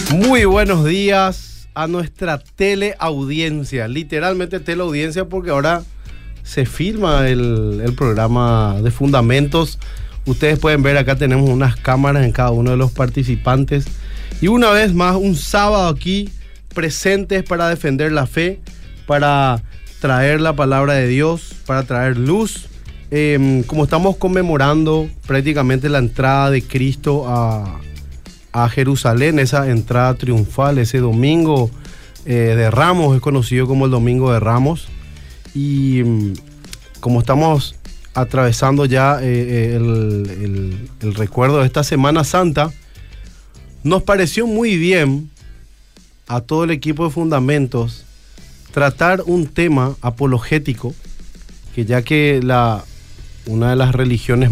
Muy buenos días a nuestra teleaudiencia, literalmente teleaudiencia, porque ahora se filma el programa de Fundamentos. Ustedes pueden ver, acá tenemos unas cámaras en cada uno de los participantes. Y una vez más, un sábado aquí, presentes para defender la fe, para traer la palabra de Dios, para traer luz. Como estamos conmemorando prácticamente la entrada de Cristo a Jerusalén, esa entrada triunfal, ese domingo de Ramos, es conocido como el Domingo de Ramos. Y como estamos atravesando ya el recuerdo de esta Semana Santa, nos pareció muy bien a todo el equipo de Fundamentos tratar un tema apologético, que ya que una de las religiones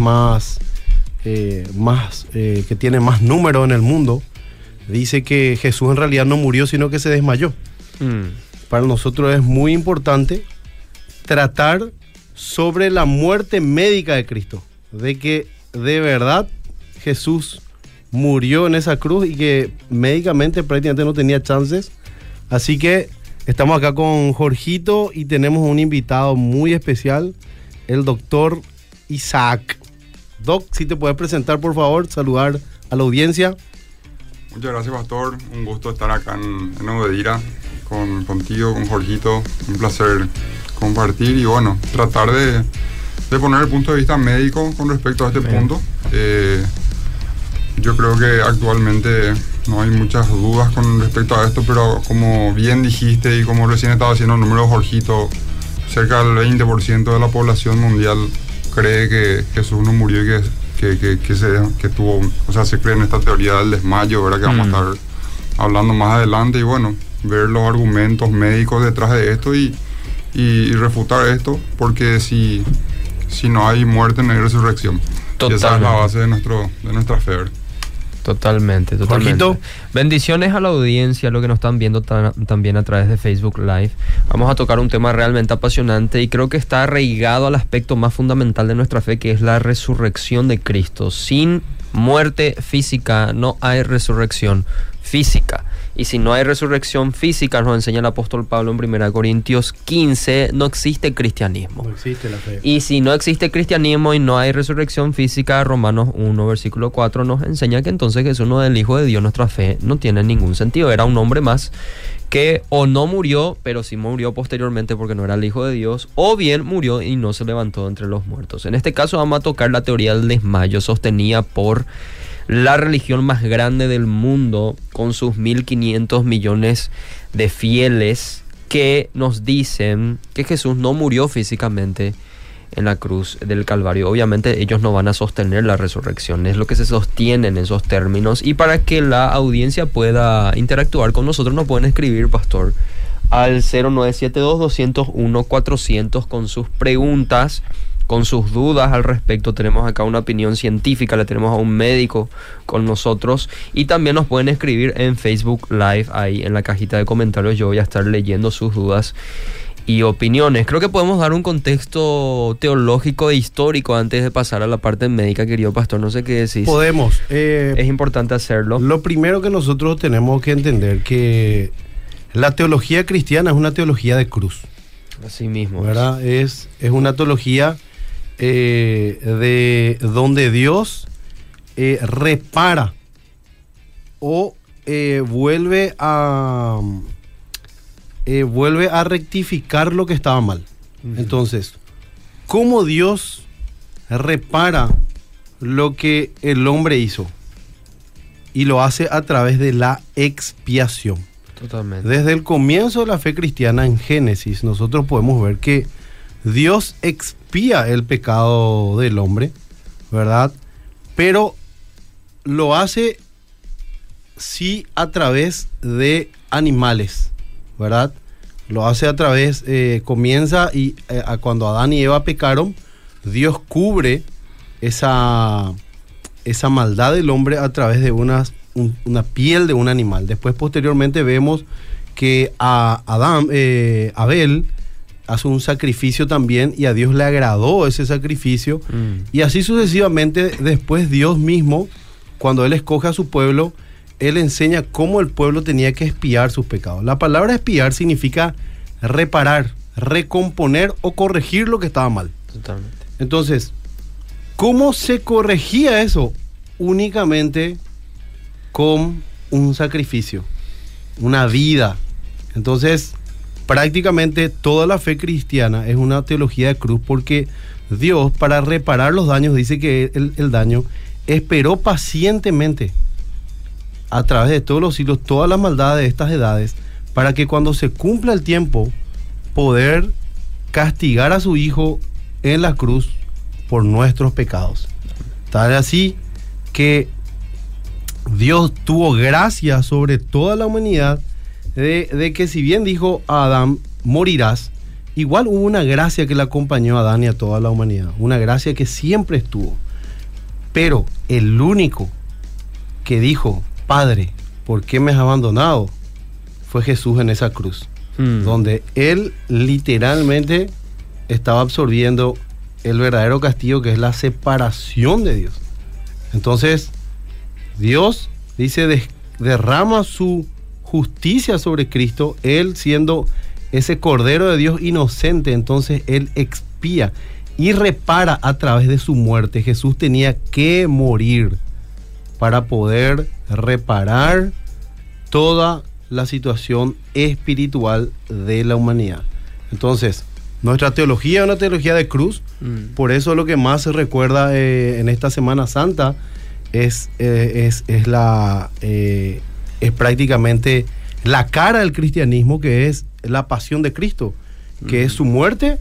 que tiene más número en el mundo dice que Jesús en realidad no murió, sino que se desmayó. Para nosotros es muy importante tratar sobre la muerte médica de Cristo, de que de verdad Jesús murió en esa cruz y que médicamente prácticamente no tenía chances. Así que estamos acá con Jorgito y tenemos un invitado muy especial, el doctor Isaac. Doc, si te puedes presentar, por favor, saludar a la audiencia. Muchas gracias, Pastor. Un gusto estar acá en Obedira contigo, con Jorgito. Un placer compartir y, bueno, tratar de poner el punto de vista médico con respecto a este punto. Yo creo que actualmente no hay muchas dudas con respecto a esto, pero como bien dijiste y como recién estaba haciendo el número, Jorgito, cerca del 20% de la población mundial cree que Jesús no murió y que tuvo, o sea, se cree en esta teoría del desmayo, ¿verdad? Que vamos a estar hablando más adelante, y bueno, ver los argumentos médicos detrás de esto y refutar esto, porque si no hay muerte, no hay resurrección. Y esa es la base de nuestra fe. Totalmente. Jorgito. Bendiciones a la audiencia, lo que nos están viendo también a través de Facebook Live. Vamos a tocar un tema realmente apasionante y creo que está arraigado al aspecto más fundamental de nuestra fe, que es la resurrección de Cristo. Sin muerte física no hay resurrección física. Y si no hay resurrección física, nos enseña el apóstol Pablo en 1 Corintios 15, no existe cristianismo. No existe la fe. Y si no existe cristianismo y no hay resurrección física, Romanos 1, versículo 4 nos enseña que entonces Jesús no es el Hijo de Dios. Nuestra fe no tiene ningún sentido. Era un hombre más que o no murió, pero sí murió posteriormente porque no era el Hijo de Dios, o bien murió y no se levantó entre los muertos. En este caso vamos a tocar la teoría del desmayo sostenida por la religión más grande del mundo, con sus 1.500 millones de fieles, que nos dicen que Jesús no murió físicamente en la cruz del Calvario. Obviamente ellos no van a sostener la resurrección, es lo que se sostiene en esos términos. Y para que la audiencia pueda interactuar con nosotros, nos pueden escribir, Pastor, al 0972-201-400 con sus preguntas, con sus dudas al respecto. Tenemos acá una opinión científica, le tenemos a un médico con nosotros, y también nos pueden escribir en Facebook Live, ahí en la cajita de comentarios yo voy a estar leyendo sus dudas y opiniones. Creo que podemos dar un contexto teológico e histórico antes de pasar a la parte médica, querido pastor, no sé qué decís. Podemos. Es importante hacerlo. Lo primero que nosotros tenemos que entender que la teología cristiana es una teología de cruz. Así mismo. ¿Verdad? Es una teología de donde Dios repara o vuelve a rectificar lo que estaba mal. Entonces, ¿cómo Dios repara lo que el hombre hizo? Y lo hace a través de la expiación. Totalmente. Desde el comienzo de la fe cristiana en Génesis, nosotros podemos ver que Dios expía el pecado del hombre, ¿verdad? Pero lo hace sí a través de animales, ¿verdad? Lo hace a través, comienza y cuando Adán y Eva pecaron, Dios cubre esa maldad del hombre a través de una piel de un animal. Después, posteriormente, vemos que Abel hace un sacrificio también y a Dios le agradó ese sacrificio. Y así sucesivamente, después Dios mismo, cuando Él escoge a su pueblo, él enseña cómo el pueblo tenía que expiar sus pecados. La palabra expiar significa reparar, recomponer o corregir lo que estaba mal. Totalmente. Entonces, ¿cómo se corregía eso? Únicamente con un sacrificio, una vida. Entonces, prácticamente toda la fe cristiana es una teología de cruz, porque Dios, para reparar los daños, dice que el daño esperó pacientemente a través de todos los siglos, todas las maldades de estas edades, para que cuando se cumpla el tiempo, poder castigar a su Hijo en la cruz por nuestros pecados. Tal así que Dios tuvo gracia sobre toda la humanidad, de que si bien dijo a Adán, morirás, igual hubo una gracia que le acompañó a Adán y a toda la humanidad, una gracia que siempre estuvo. Pero el único que dijo, Padre, ¿por qué me has abandonado?, fue Jesús en esa cruz, donde Él literalmente estaba absorbiendo el verdadero castigo, que es la separación de Dios. Entonces, Dios dice, derrama su justicia sobre Cristo, Él siendo ese Cordero de Dios inocente. Entonces Él expía y repara a través de su muerte. Jesús tenía que morir para poder reparar toda la situación espiritual de la humanidad. Entonces, nuestra teología es una teología de cruz. Por eso lo que más se recuerda en esta Semana Santa es prácticamente la cara del cristianismo, que es la pasión de Cristo, que es su muerte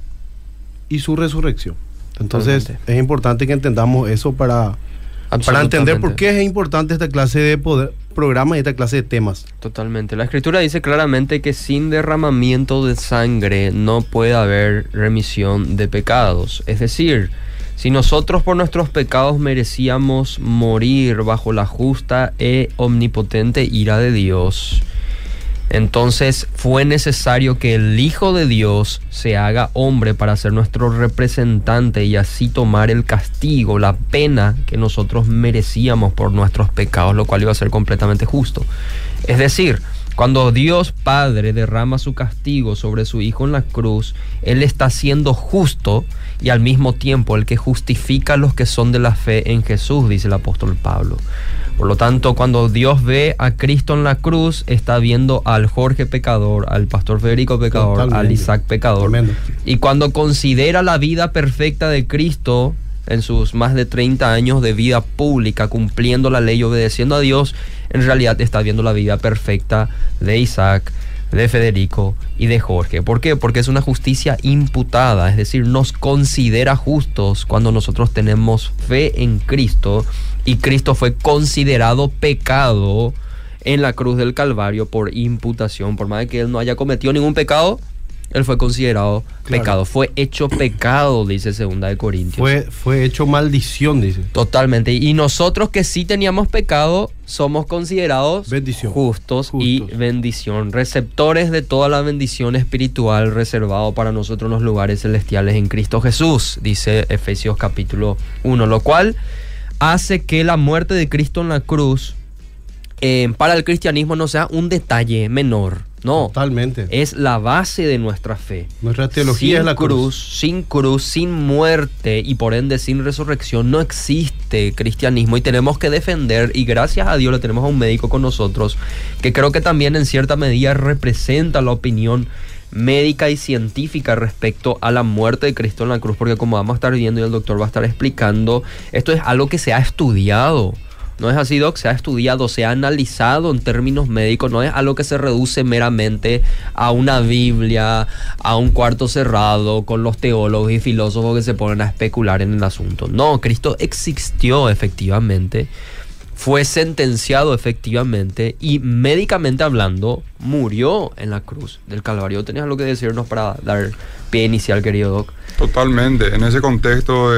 y su resurrección. Entonces, es importante que entendamos eso para entender por qué es importante esta clase de programas y esta clase de temas. Totalmente. La Escritura dice claramente que sin derramamiento de sangre no puede haber remisión de pecados. Es decir, si nosotros por nuestros pecados merecíamos morir bajo la justa e omnipotente ira de Dios, entonces fue necesario que el Hijo de Dios se haga hombre para ser nuestro representante y así tomar el castigo, la pena que nosotros merecíamos por nuestros pecados, lo cual iba a ser completamente justo. Es decir, cuando Dios Padre derrama su castigo sobre su Hijo en la cruz, Él está siendo justo y al mismo tiempo el que justifica a los que son de la fe en Jesús, dice el apóstol Pablo. Por lo tanto, cuando Dios ve a Cristo en la cruz, está viendo al Jorge pecador, al pastor Federico pecador, totalmente, al Isaac pecador. Tremendo. Y cuando considera la vida perfecta de Cristo en sus más de 30 años de vida pública, cumpliendo la ley y obedeciendo a Dios, en realidad está viendo la vida perfecta de Isaac, de Federico y de Jorge. ¿Por qué? Porque es una justicia imputada, es decir, nos considera justos cuando nosotros tenemos fe en Cristo, y Cristo fue considerado pecado en la cruz del Calvario por imputación. Por más de que Él no haya cometido ningún pecado, Él fue considerado pecado. Fue hecho pecado, dice 2 Corintios. Fue hecho maldición, dice. Totalmente. Y nosotros que sí teníamos pecado, somos considerados justos y bendición. Receptores de toda la bendición espiritual reservado para nosotros en los lugares celestiales en Cristo Jesús, dice Efesios capítulo 1. Lo cual hace que la muerte de Cristo en la cruz para el cristianismo no sea un detalle menor. No, totalmente. Es la base de nuestra fe. Nuestra teología es la cruz. Sin cruz, sin muerte y por ende sin resurrección no existe cristianismo, y tenemos que defender, y gracias a Dios le tenemos a un médico con nosotros que creo que también en cierta medida representa la opinión médica y científica respecto a la muerte de Cristo en la cruz, porque como vamos a estar viendo y el doctor va a estar explicando, esto es algo que se ha estudiado. No es así, Doc, se ha estudiado, se ha analizado en términos médicos, no es algo que se reduce meramente a una Biblia, a un cuarto cerrado con los teólogos y filósofos que se ponen a especular en el asunto. No, Cristo existió efectivamente, fue sentenciado efectivamente y médicamente hablando murió en la cruz del Calvario. ¿Tenías algo que decirnos para dar pie inicial, querido Doc? Totalmente, en ese contexto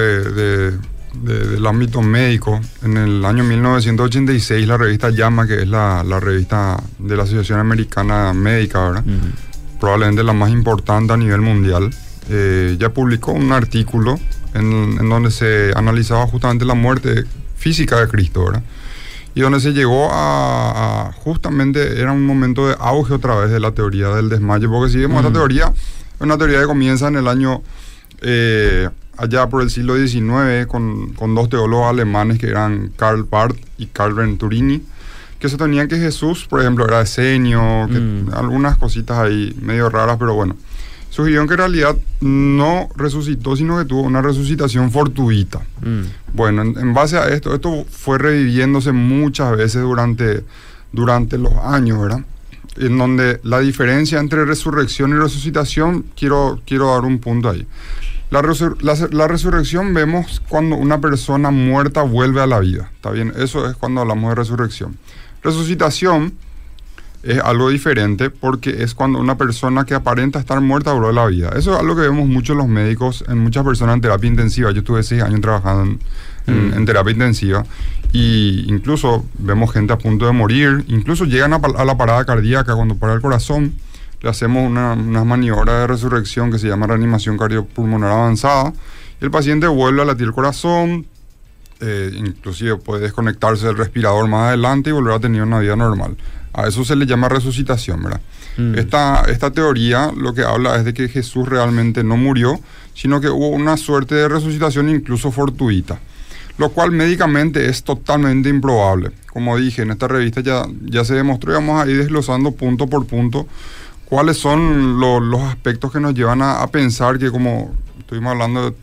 del ámbito médico, en el año 1986 la revista JAMA, que es la revista de la Asociación Americana Médica, ¿verdad? Probablemente la más importante a nivel mundial, ya publicó un artículo en donde se analizaba justamente la muerte física de Cristo, ¿verdad? y donde se llegó a justamente era un momento de auge otra vez de la teoría del desmayo, porque si vemos esta teoría, es una teoría que comienza en el año allá por el siglo XIX con dos teólogos alemanes que eran Karl Barth y Karl Venturini, que sostenían que Jesús, por ejemplo, era esenio, algunas cositas ahí medio raras, pero bueno, sugirieron que en realidad no resucitó, sino que tuvo una resucitación fortuita. Bueno, en base a esto fue reviviéndose muchas veces durante los años, ¿verdad? En donde la diferencia entre resurrección y resucitación, quiero dar un punto ahí. La resurrección vemos cuando una persona muerta vuelve a la vida, ¿está bien? Eso es cuando hablamos de resurrección. Resucitación es algo diferente porque es cuando una persona que aparenta estar muerta vuelve a la vida. Eso es algo que vemos mucho en los médicos, en muchas personas en terapia intensiva. Yo estuve 6 años trabajando en terapia intensiva, y incluso vemos gente a punto de morir, incluso llegan a la parada cardíaca. Cuando para el corazón, le hacemos una maniobra de resurrección que se llama reanimación cardiopulmonar avanzada, y el paciente vuelve a latir el corazón, inclusive puede desconectarse del respirador más adelante y volver a tener una vida normal. A eso se le llama resucitación, ¿verdad? Esta teoría lo que habla es de que Jesús realmente no murió, sino que hubo una suerte de resucitación incluso fortuita, lo cual médicamente es totalmente improbable. Como dije, en esta revista ya se demostró, y vamos a ir desglosando punto por punto cuáles son los aspectos que nos llevan a pensar que, como estuvimos hablando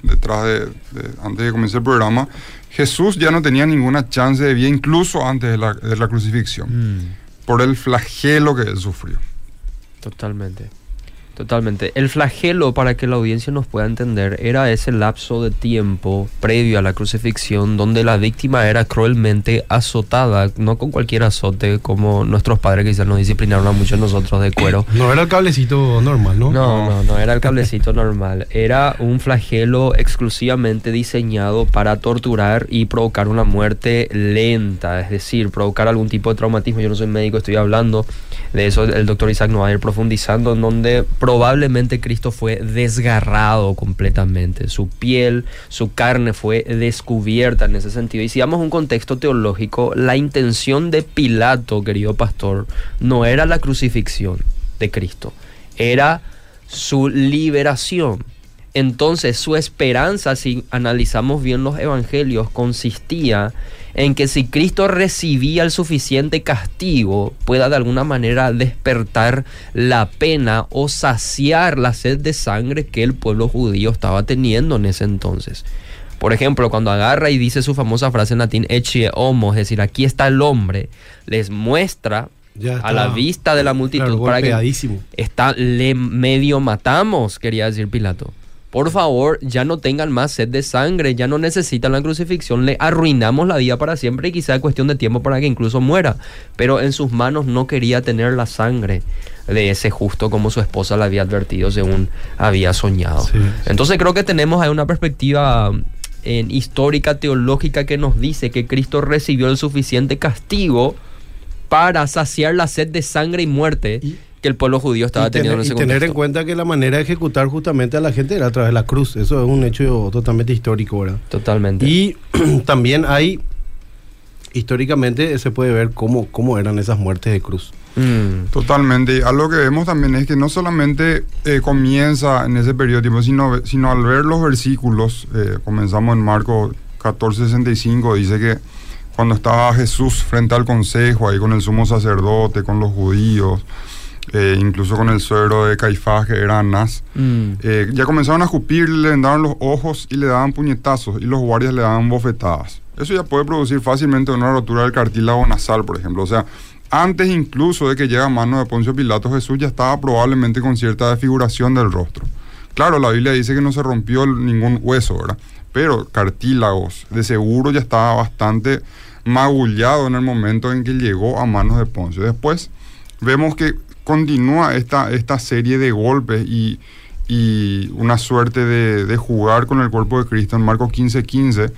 antes de comenzar el programa, Jesús ya no tenía ninguna chance de vida, incluso antes de la crucifixión, por el flagelo que él sufrió. Totalmente. El flagelo, para que la audiencia nos pueda entender, era ese lapso de tiempo previo a la crucifixión donde la víctima era cruelmente azotada, no con cualquier azote como nuestros padres quizás nos disciplinaron a muchos de nosotros de cuero. No era el cablecito normal, ¿no? No era el cablecito normal. Era un flagelo exclusivamente diseñado para torturar y provocar una muerte lenta, es decir, provocar algún tipo de traumatismo. Yo no soy médico, estoy hablando de eso, el doctor Isaac nos va a ir profundizando, en donde probablemente Cristo fue desgarrado completamente, su piel, su carne fue descubierta en ese sentido. Y si damos un contexto teológico, la intención de Pilato, querido pastor, no era la crucifixión de Cristo, era su liberación. Entonces su esperanza, si analizamos bien los evangelios, consistía en que si Cristo recibía el suficiente castigo, pueda de alguna manera despertar la pena o saciar la sed de sangre que el pueblo judío estaba teniendo en ese entonces. Por ejemplo, cuando agarra y dice su famosa frase en latín, ecce homo, es decir, aquí está el hombre, les muestra a la vista de la multitud, claro, para que le medio matamos, quería decir Pilato. Por favor, ya no tengan más sed de sangre, ya no necesitan la crucifixión, le arruinamos la vida para siempre y quizá es cuestión de tiempo para que incluso muera. Pero en sus manos no quería tener la sangre de ese justo como su esposa le había advertido según había soñado. Sí. Entonces creo que tenemos ahí una perspectiva histórica, teológica, que nos dice que Cristo recibió el suficiente castigo para saciar la sed de sangre y muerte que el pueblo judío estaba teniendo en ese contexto. Y tener en cuenta que la manera de ejecutar justamente a la gente era a través de la cruz. Eso es un hecho totalmente histórico, ¿verdad? Totalmente. Y también hay, históricamente se puede ver cómo eran esas muertes de cruz. Totalmente. Y algo que vemos también es que no solamente comienza en ese periodo de tiempo, sino al ver los versículos, comenzamos en Marcos 14:65, dice que cuando estaba Jesús frente al consejo, ahí con el sumo sacerdote, con los judíos, incluso con el suegro de Caifás, que era Anás, ya comenzaron a escupir, le vendaban los ojos y le daban puñetazos, y los guardias le daban bofetadas. Eso ya puede producir fácilmente una rotura del cartílago nasal, por ejemplo. O sea, antes incluso de que llegue a manos de Poncio Pilato, Jesús ya estaba probablemente con cierta desfiguración del rostro. Claro, la Biblia dice que no se rompió ningún hueso, ¿verdad? Pero cartílagos, de seguro ya estaba bastante magullado en el momento en que llegó a manos de Poncio. Después vemos que continúa esta serie de golpes y una suerte de jugar con el cuerpo de Cristo. En Marcos 15:15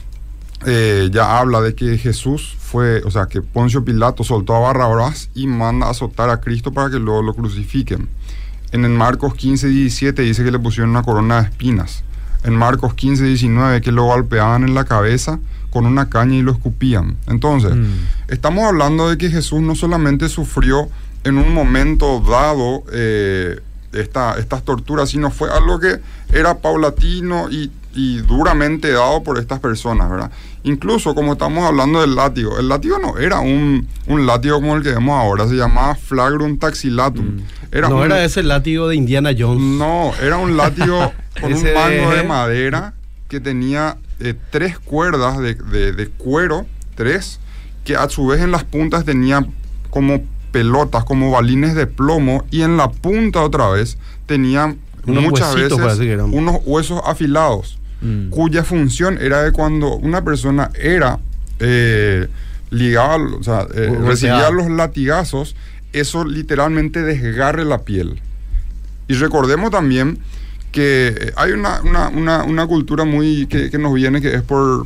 ya habla de que Jesús que Poncio Pilato soltó a Barrabás y manda a azotar a Cristo para que luego lo crucifiquen. En Marcos 15:17 dice que le pusieron una corona de espinas. En Marcos 15:19 que lo golpeaban en la cabeza con una caña y lo escupían. Entonces, estamos hablando de que Jesús no solamente sufrió en un momento dado estas torturas, sino fue algo que era paulatino y duramente dado por estas personas, ¿verdad? Incluso, como estamos hablando del látigo, el látigo no era un látigo como el que vemos ahora, se llamaba flagrum taxilatum. Era ese látigo de Indiana Jones. No, era un látigo con un mango de madera que tenía 3 cuerdas de cuero, 3, que a su vez en las puntas tenía como pelotas, como balines de plomo, y en la punta otra vez tenía muchas veces unos huesos afilados, cuya función era de cuando una persona era ligada, o sea, recibía los latigazos, eso literalmente desgarre la piel. Y recordemos también que hay una cultura muy que nos viene, que es por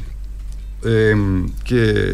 que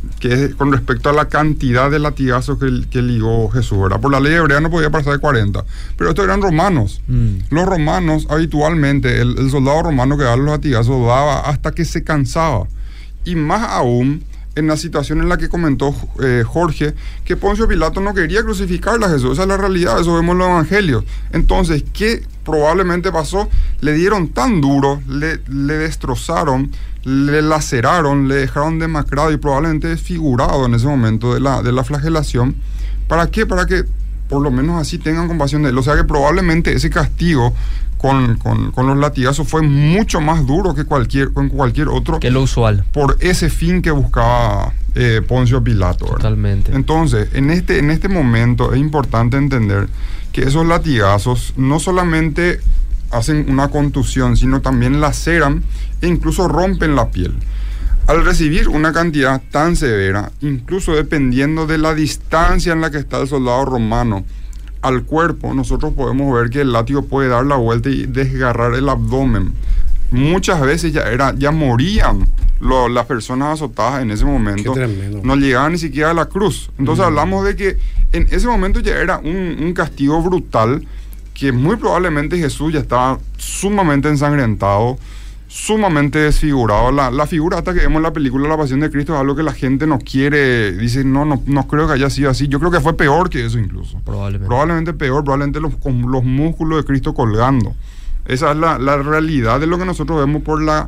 es con respecto a la cantidad de latigazos que ligó Jesús, ¿verdad? Por la ley hebrea no podía pasar de 40, pero estos eran romanos. Los romanos habitualmente, el soldado romano que daba los latigazos daba hasta que se cansaba, y más aún en la situación en la que comentó Jorge, que Poncio Pilato no quería crucificar a Jesús. Esa es la realidad, eso vemos en los evangelios. Entonces, ¿qué probablemente pasó? Le dieron tan duro, le destrozaron, le laceraron, le dejaron demacrado y probablemente desfigurado en ese momento de la flagelación. ¿Para qué? Para que por lo menos así tengan compasión de él. O sea que probablemente ese castigo con los latigazos fue mucho más duro que cualquier otro. Que lo usual. Por ese fin que buscaba Poncio Pilato, ¿verdad? Totalmente. Entonces, en este momento es importante entender que esos latigazos no solamente hacen una contusión, sino también laceran e incluso rompen la piel. Al recibir una cantidad tan severa, incluso dependiendo de la distancia en la que está el soldado romano al cuerpo, nosotros podemos ver que el látigo puede dar la vuelta y desgarrar el abdomen. Muchas veces ya morían las personas azotadas en ese momento. No llegaban ni siquiera a la cruz. Entonces hablamos de que en ese momento ya era un castigo brutal, que muy probablemente Jesús ya estaba sumamente ensangrentado, sumamente desfigurado. La figura hasta que vemos en la película La Pasión de Cristo es algo que la gente no quiere, dice, no creo que haya sido así. Yo creo que fue peor que eso incluso. Probablemente peor, probablemente con los músculos de Cristo colgando. Esa es la realidad de lo que nosotros vemos por la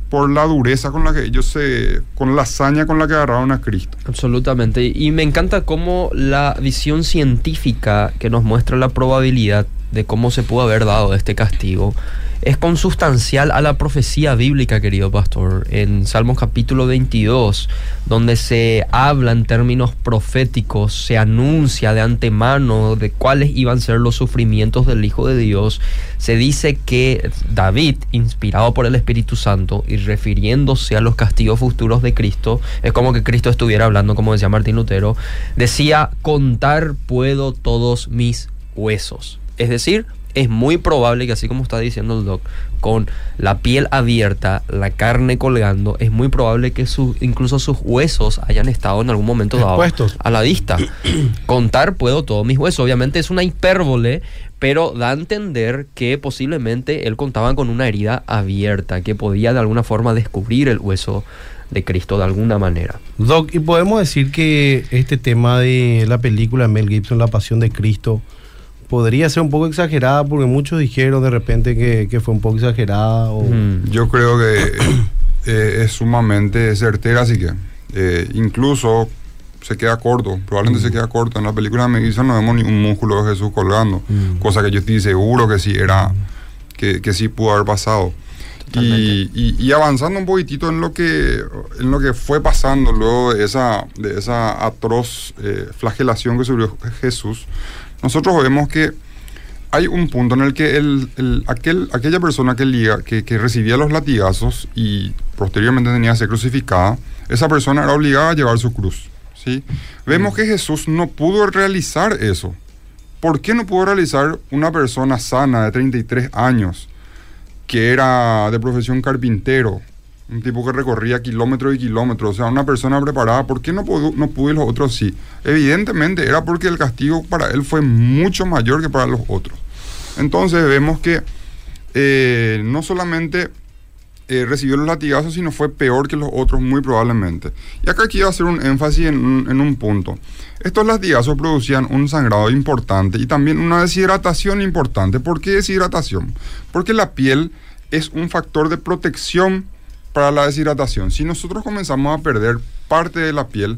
dureza con la que ellos con la hazaña con la que agarraron a Cristo. Absolutamente. Y me encanta cómo la visión científica que nos muestra la probabilidad de cómo se pudo haber dado este castigo es consustancial a la profecía bíblica, querido pastor, en Salmos capítulo 22, donde se habla en términos proféticos, se anuncia de antemano de cuáles iban a ser los sufrimientos del Hijo de Dios. Se dice que David, inspirado por el Espíritu Santo y refiriéndose a los castigos futuros de Cristo, es como que Cristo estuviera hablando, como decía Martín Lutero, decía: contar puedo todos mis huesos. Es decir, es muy probable que, así como está diciendo el doc, con la piel abierta, la carne colgando, es muy probable que incluso sus huesos hayan estado en algún momento dado expuestos a la vista. Contar puedo todos mis huesos. Obviamente es una hipérbole, pero da a entender que posiblemente él contaba con una herida abierta, que podía de alguna forma descubrir el hueso de Cristo de alguna manera. Doc, y podemos decir que este tema de la película de Mel Gibson, La Pasión de Cristo, podría ser un poco exagerada, porque muchos dijeron de repente que fue un poco exagerada. Yo creo que es sumamente certera, así que incluso se queda corto, probablemente se queda corto. En la película de Mel Gibson no vemos ni un músculo de Jesús colgando, cosa que yo estoy seguro que sí que sí pudo haber pasado. Y avanzando un poquitito en lo que fue pasando luego de esa atroz flagelación que sufrió Jesús, nosotros vemos que hay un punto en el que aquella persona que recibía los latigazos y posteriormente tenía que ser crucificada, esa persona era obligada a llevar su cruz, ¿sí? Vemos que Jesús no pudo realizar eso. ¿Por qué no pudo realizar una persona sana de 33 años, que era de profesión carpintero, un tipo que recorría kilómetros y kilómetros, o sea, una persona preparada? ¿Por qué no pudo y los otros sí? Evidentemente era porque el castigo para él fue mucho mayor que para los otros. Entonces vemos que no solamente recibió los latigazos, sino fue peor que los otros muy probablemente. Y acá quiero hacer un énfasis en un punto. Estos latigazos producían un sangrado importante y también una deshidratación importante. ¿Por qué deshidratación? Porque la piel es un factor de protección para la deshidratación. Si nosotros comenzamos a perder parte de la piel,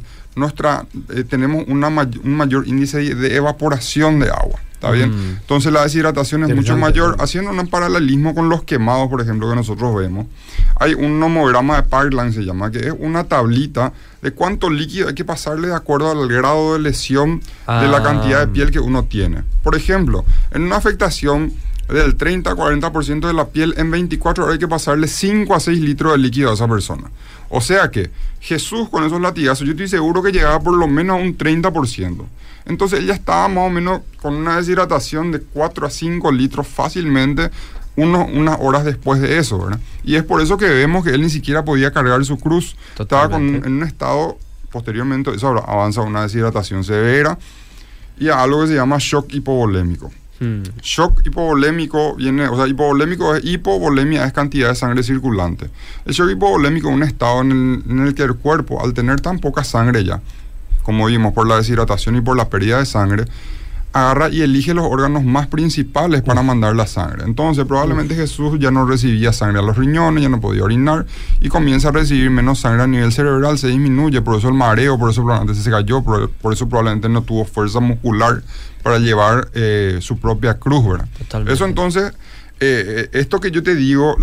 tenemos un mayor índice de evaporación de agua. ¿Está bien? Entonces la deshidratación es mucho mayor. Haciendo un paralelismo con los quemados, por ejemplo, que nosotros vemos, hay un nomograma de Parkland, se llama, que es una tablita de cuánto líquido hay que pasarle de acuerdo al grado de lesión de la cantidad de piel que uno tiene. Por ejemplo, en una afectación del 30-40% de la piel, en 24 horas hay que pasarle 5 a 6 litros de líquido a esa persona. O sea que Jesús con esos latigazos, yo estoy seguro que llegaba por lo menos a un 30%. Entonces él ya estaba más o menos con una deshidratación de 4 a 5 litros fácilmente unas horas después de eso, ¿verdad? Y es por eso que vemos que él ni siquiera podía cargar su cruz. Totalmente. Estaba en un estado, posteriormente eso avanza a una deshidratación severa y a algo que se llama shock hipovolémico. Shock hipovolémico hipovolémico es hipovolemia, es cantidad de sangre circulante. El shock hipovolémico es un estado en el que el cuerpo, al tener tan poca sangre ya, como vimos, por la deshidratación y por la pérdida de sangre, agarra y elige los órganos más principales para mandar la sangre. Entonces probablemente Jesús ya no recibía sangre a los riñones, ya no podía orinar y comienza a recibir menos sangre a nivel cerebral, se disminuye, por eso el mareo, por eso probablemente se cayó, por eso probablemente no tuvo fuerza muscular para llevar su propia cruz, ¿verdad? Totalmente. Eso entonces, esto que yo te digo,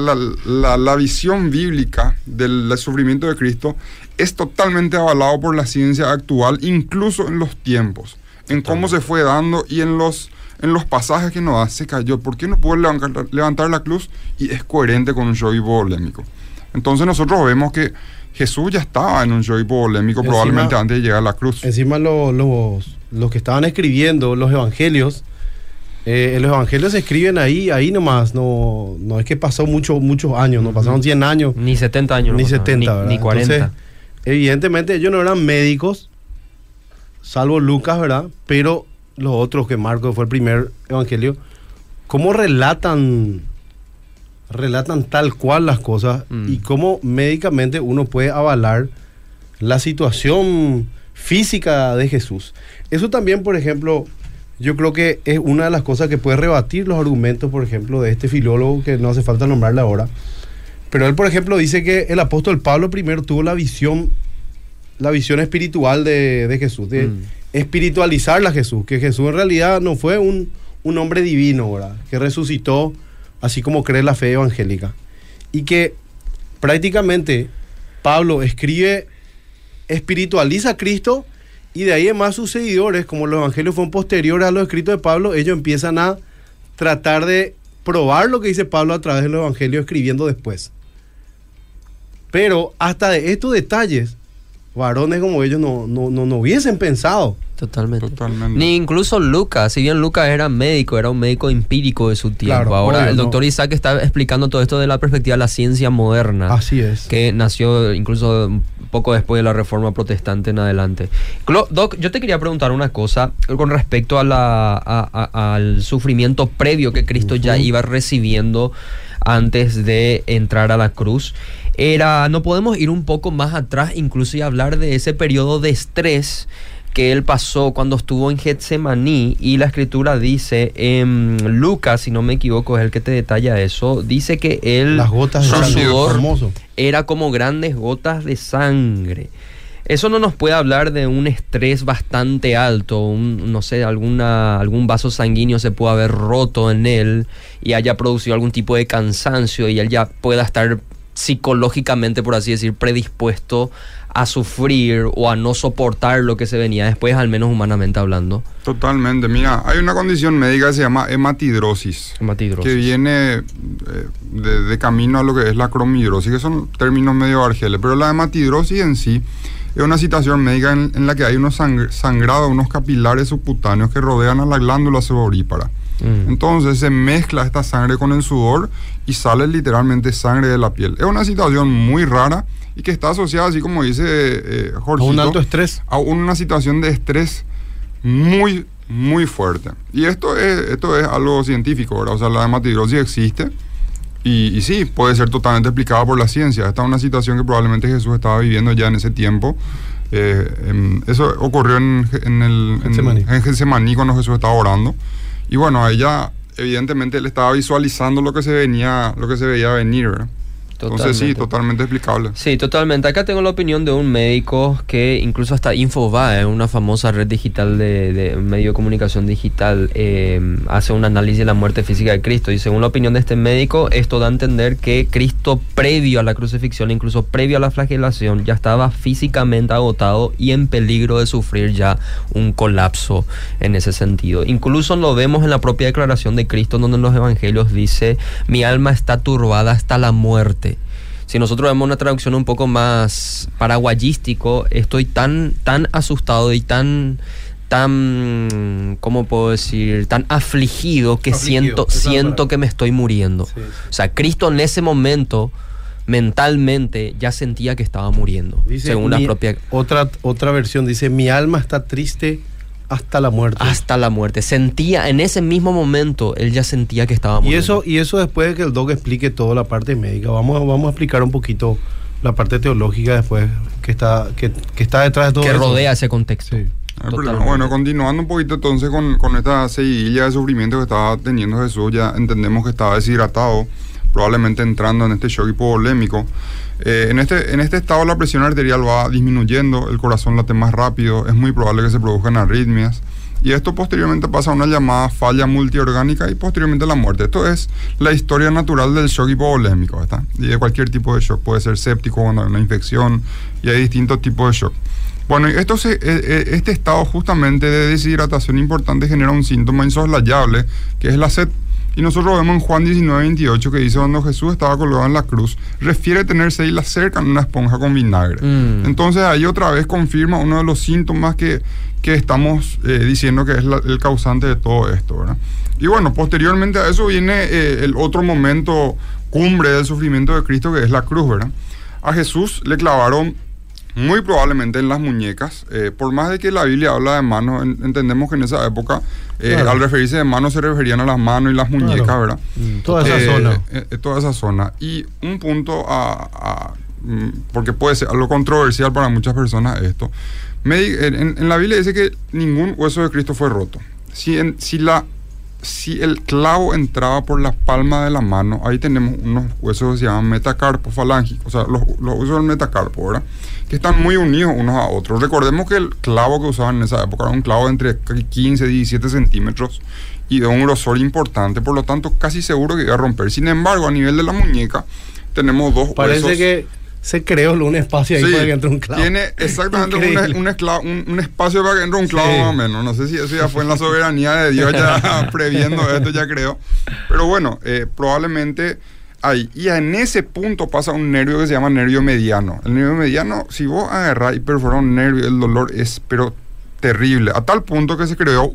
la visión bíblica del sufrimiento de Cristo es totalmente avalado por la ciencia actual, incluso en los tiempos, en cómo se fue dando y en los pasajes que nos da, se cayó. ¿Por qué no pudo levantar la cruz? Y es coherente con un shock hipovolémico. Entonces nosotros vemos que Jesús ya estaba en un shock hipovolémico probablemente antes de llegar a la cruz. Encima los que estaban escribiendo los evangelios, los evangelios se escriben ahí nomás, no es que pasó muchos años, no pasaron 100 años. Ni 70 años. Ni 70, ni 40. Entonces, evidentemente ellos no eran médicos, salvo Lucas, ¿verdad? Pero los otros, que Marcos fue el primer evangelio, ¿cómo relatan tal cual las cosas y cómo médicamente uno puede avalar la situación física de Jesús? Eso también, por ejemplo, yo creo que es una de las cosas que puede rebatir los argumentos, por ejemplo, de este filólogo que no hace falta nombrarle ahora. Pero él, por ejemplo, dice que el apóstol Pablo primero tuvo la visión espiritual de Jesús, de espiritualizar a Jesús, que Jesús en realidad no fue un hombre divino, ¿verdad? Que resucitó, así como cree la fe evangélica. Y que prácticamente Pablo espiritualiza a Cristo, y de ahí en más sus seguidores, como los evangelios fueron posteriores a los escritos de Pablo, ellos empiezan a tratar de probar lo que dice Pablo a través de los evangelios, escribiendo después. Pero hasta de estos detalles, varones como ellos no hubiesen pensado. Totalmente. Ni incluso Lucas, si bien Lucas era un médico empírico de su tiempo. Claro, ahora el doctor Isaac está explicando todo esto de la perspectiva de la ciencia moderna. Así es. Que nació incluso un poco después de la Reforma Protestante en adelante. Doc, yo te quería preguntar una cosa con respecto al sufrimiento previo que Cristo ya iba recibiendo antes de entrar a la cruz. No podemos ir un poco más atrás incluso y hablar de ese periodo de estrés que él pasó cuando estuvo en Getsemaní, y la escritura dice, Lucas, si no me equivoco, es el que te detalla eso, dice que las gotas de sudor era como grandes gotas de sangre. Eso no nos puede hablar de un estrés bastante alto, algún vaso sanguíneo se puede haber roto en él y haya producido algún tipo de cansancio y él ya pueda estar psicológicamente, por así decir, predispuesto a sufrir o a no soportar lo que se venía después, al menos humanamente hablando. Totalmente. Mira, hay una condición médica que se llama hematidrosis. Que viene de camino a lo que es la cromidrosis, que son términos medio argeles, pero la hematidrosis en sí es una situación médica en la que hay unos sangrados, unos capilares subcutáneos que rodean a la glándula sudorípara. Entonces se mezcla esta sangre con el sudor y sale literalmente sangre de la piel. Es una situación muy rara y que está asociada, así como dice Jorgito, a un alto estrés, a una situación de estrés muy, muy fuerte. Y esto es algo científico, ¿verdad? O sea, la hematidrosis existe Y sí, puede ser totalmente explicada por la ciencia. Esta es una situación que probablemente Jesús estaba viviendo ya en ese tiempo. Eso ocurrió en Getsemaní cuando Jesús estaba orando. Y bueno, ahí ya evidentemente él estaba visualizando lo que se veía venir, ¿verdad? Entonces sí, totalmente explicable. Sí, totalmente. Acá tengo la opinión de un médico que incluso hasta Infobae, una famosa red digital de medio de comunicación digital, hace un análisis de la muerte física de Cristo. Y según la opinión de este médico, esto da a entender que Cristo, previo a la crucifixión, incluso previo a la flagelación, ya estaba físicamente agotado y en peligro de sufrir ya un colapso en ese sentido. Incluso lo vemos en la propia declaración de Cristo, donde en los evangelios dice: mi alma está turbada hasta la muerte. Si nosotros vemos una traducción un poco más paraguayístico, estoy tan asustado y tan, ¿cómo puedo decir? Tan afligido que siento que me estoy muriendo. Sí. O sea, Cristo en ese momento mentalmente ya sentía que estaba muriendo. Dice, según la propia... Otra versión dice: mi alma está triste hasta la muerte. Hasta la muerte. Sentía, en ese mismo momento, él ya sentía que estaba muriendo. Y eso después de que el doc explique toda la parte médica. Vamos a explicar un poquito la parte teológica después que está detrás de todo que eso. rodea ese contexto. Sí. Bueno, continuando un poquito entonces con esta seguidilla de sufrimiento que estaba teniendo Jesús, ya entendemos que estaba deshidratado, probablemente entrando en este shock hipovolémico. En este estado la presión arterial va disminuyendo, el corazón late más rápido, es muy probable que se produzcan arritmias, y esto posteriormente pasa a una llamada falla multiorgánica y posteriormente a la muerte. Esto es la historia natural del shock hipovolémico, ¿está? Y de cualquier tipo de shock, puede ser séptico cuando hay una infección, y hay distintos tipos de shock. Bueno, este estado justamente de deshidratación importante genera un síntoma insoslayable, que es la sed. Y nosotros vemos en Juan 19:28 que dice: cuando Jesús estaba colgado en la cruz, refiere tener sed y la acercan una esponja con vinagre. Entonces ahí otra vez confirma uno de los síntomas que estamos diciendo que es el causante de todo esto, ¿verdad? Y bueno, posteriormente a eso viene el otro momento cumbre del sufrimiento de Cristo, que es la cruz, ¿verdad? A Jesús le clavaron muy probablemente en las muñecas, por más de que la Biblia habla de manos, entendemos que en esa época, claro, al referirse de manos se referían a las manos y las muñecas, claro, ¿verdad? Toda esa zona. Toda esa zona. Y un punto porque puede ser algo controversial para muchas personas esto. En la Biblia dice que ningún hueso de Cristo fue roto. Si el clavo entraba por la palma de la mano, ahí tenemos unos huesos que se llaman metacarpos falángicos, o sea, los huesos del metacarpo, ¿verdad? Que están muy unidos unos a otros. Recordemos que el clavo que usaban en esa época era un clavo de entre 15 y 17 centímetros y de un grosor importante, por lo tanto casi seguro que iba a romper. Sin embargo, a nivel de la muñeca tenemos dos huesos. Parece que se creó un espacio ahí, sí, para que entre un clavo. Tiene exactamente un espacio para que entre un clavo, sí, más o menos. No sé si eso ya fue en la soberanía de Dios, ya previendo esto, ya creo. Pero bueno, probablemente ahí. Y en ese punto pasa un nervio que se llama nervio mediano. El nervio mediano, si vos agarrás y perforás un nervio, el dolor es pero terrible. A tal punto que se creó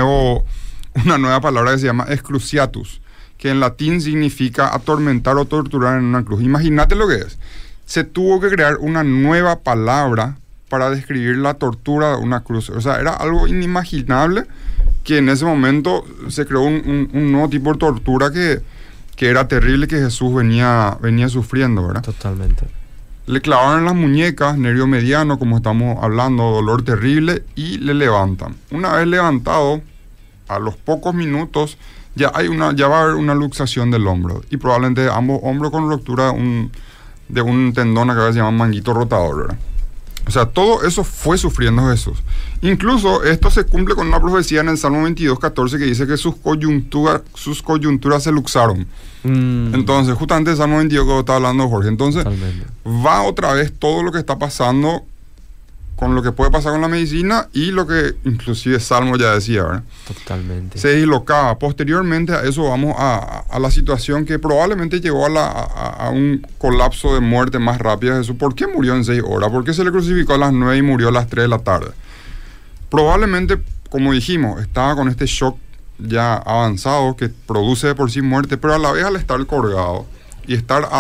una nueva palabra que se llama excruciatus, que en latín significa atormentar o torturar en una cruz. Imagínate lo que es. Se tuvo que crear una nueva palabra para describir la tortura de una cruz. O sea, era algo inimaginable que en ese momento se creó un nuevo tipo de tortura que era terrible, que Jesús venía sufriendo, ¿verdad? Totalmente. Le clavaron en las muñecas, nervio mediano, como estamos hablando, dolor terrible, y le levantan. Una vez levantado, a los pocos minutos, ya va a haber una luxación del hombro, y probablemente ambos hombros con ruptura de un tendón acá que se llama manguito rotador, ¿verdad? O sea, todo eso fue sufriendo Jesús. Incluso esto se cumple con una profecía en el Salmo 22:14 que dice que sus coyunturas se luxaron. Entonces, justamente el Salmo 22 que está hablando Jorge. Entonces, totalmente, va otra vez todo lo que está pasando con lo que puede pasar con la medicina y lo que inclusive Salmo ya decía, ¿verdad? Totalmente. Se dislocaba. Posteriormente a eso vamos a la situación que probablemente llegó a un colapso de muerte más rápida de Jesús. ¿Por qué murió en 6 horas? ¿Por qué se le crucificó a las 9 y murió a las 3 de la tarde? Probablemente, como dijimos, estaba con este shock ya avanzado que produce de por sí muerte, pero a la vez al estar colgado y estar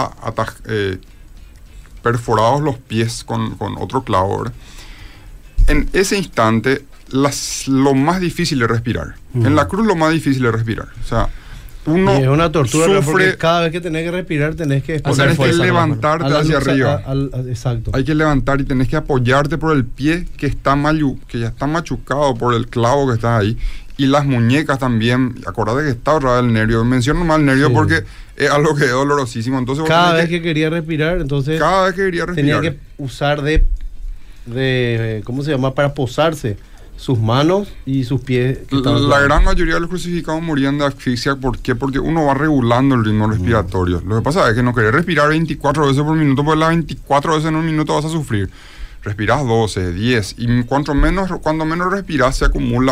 perforados los pies con otro clavo, ¿verdad? En ese instante, lo más difícil es respirar. En la cruz lo más difícil es respirar. O sea, uno Y es una tortura, ¿no? Porque sufre, cada vez que tenés que respirar tenés que o tenés que fuerza con la mano. levantarte a la hacia luz, arriba. exacto. Hay que levantar y tenés que apoyarte por el pie que que ya está machucado por el clavo que está ahí. Y las muñecas también. Acordate que está otra vez el nervio. Menciono mal el nervio Sí. porque es algo que es dolorosísimo. Entonces vos Cada tenés vez que quería respirar, entonces cada vez que quería respirar. tenía que usar de ¿cómo se llama? Para posarse sus manos y sus pies. que estaban La clavados. gran mayoría de los crucificados morían de asfixia. ¿Por qué? Porque uno va regulando el ritmo respiratorio. Lo que pasa es que no querés respirar 24 veces por minuto, porque las 24 veces en un minuto vas a sufrir. Respirás 12, 10, y cuando menos respiras se acumula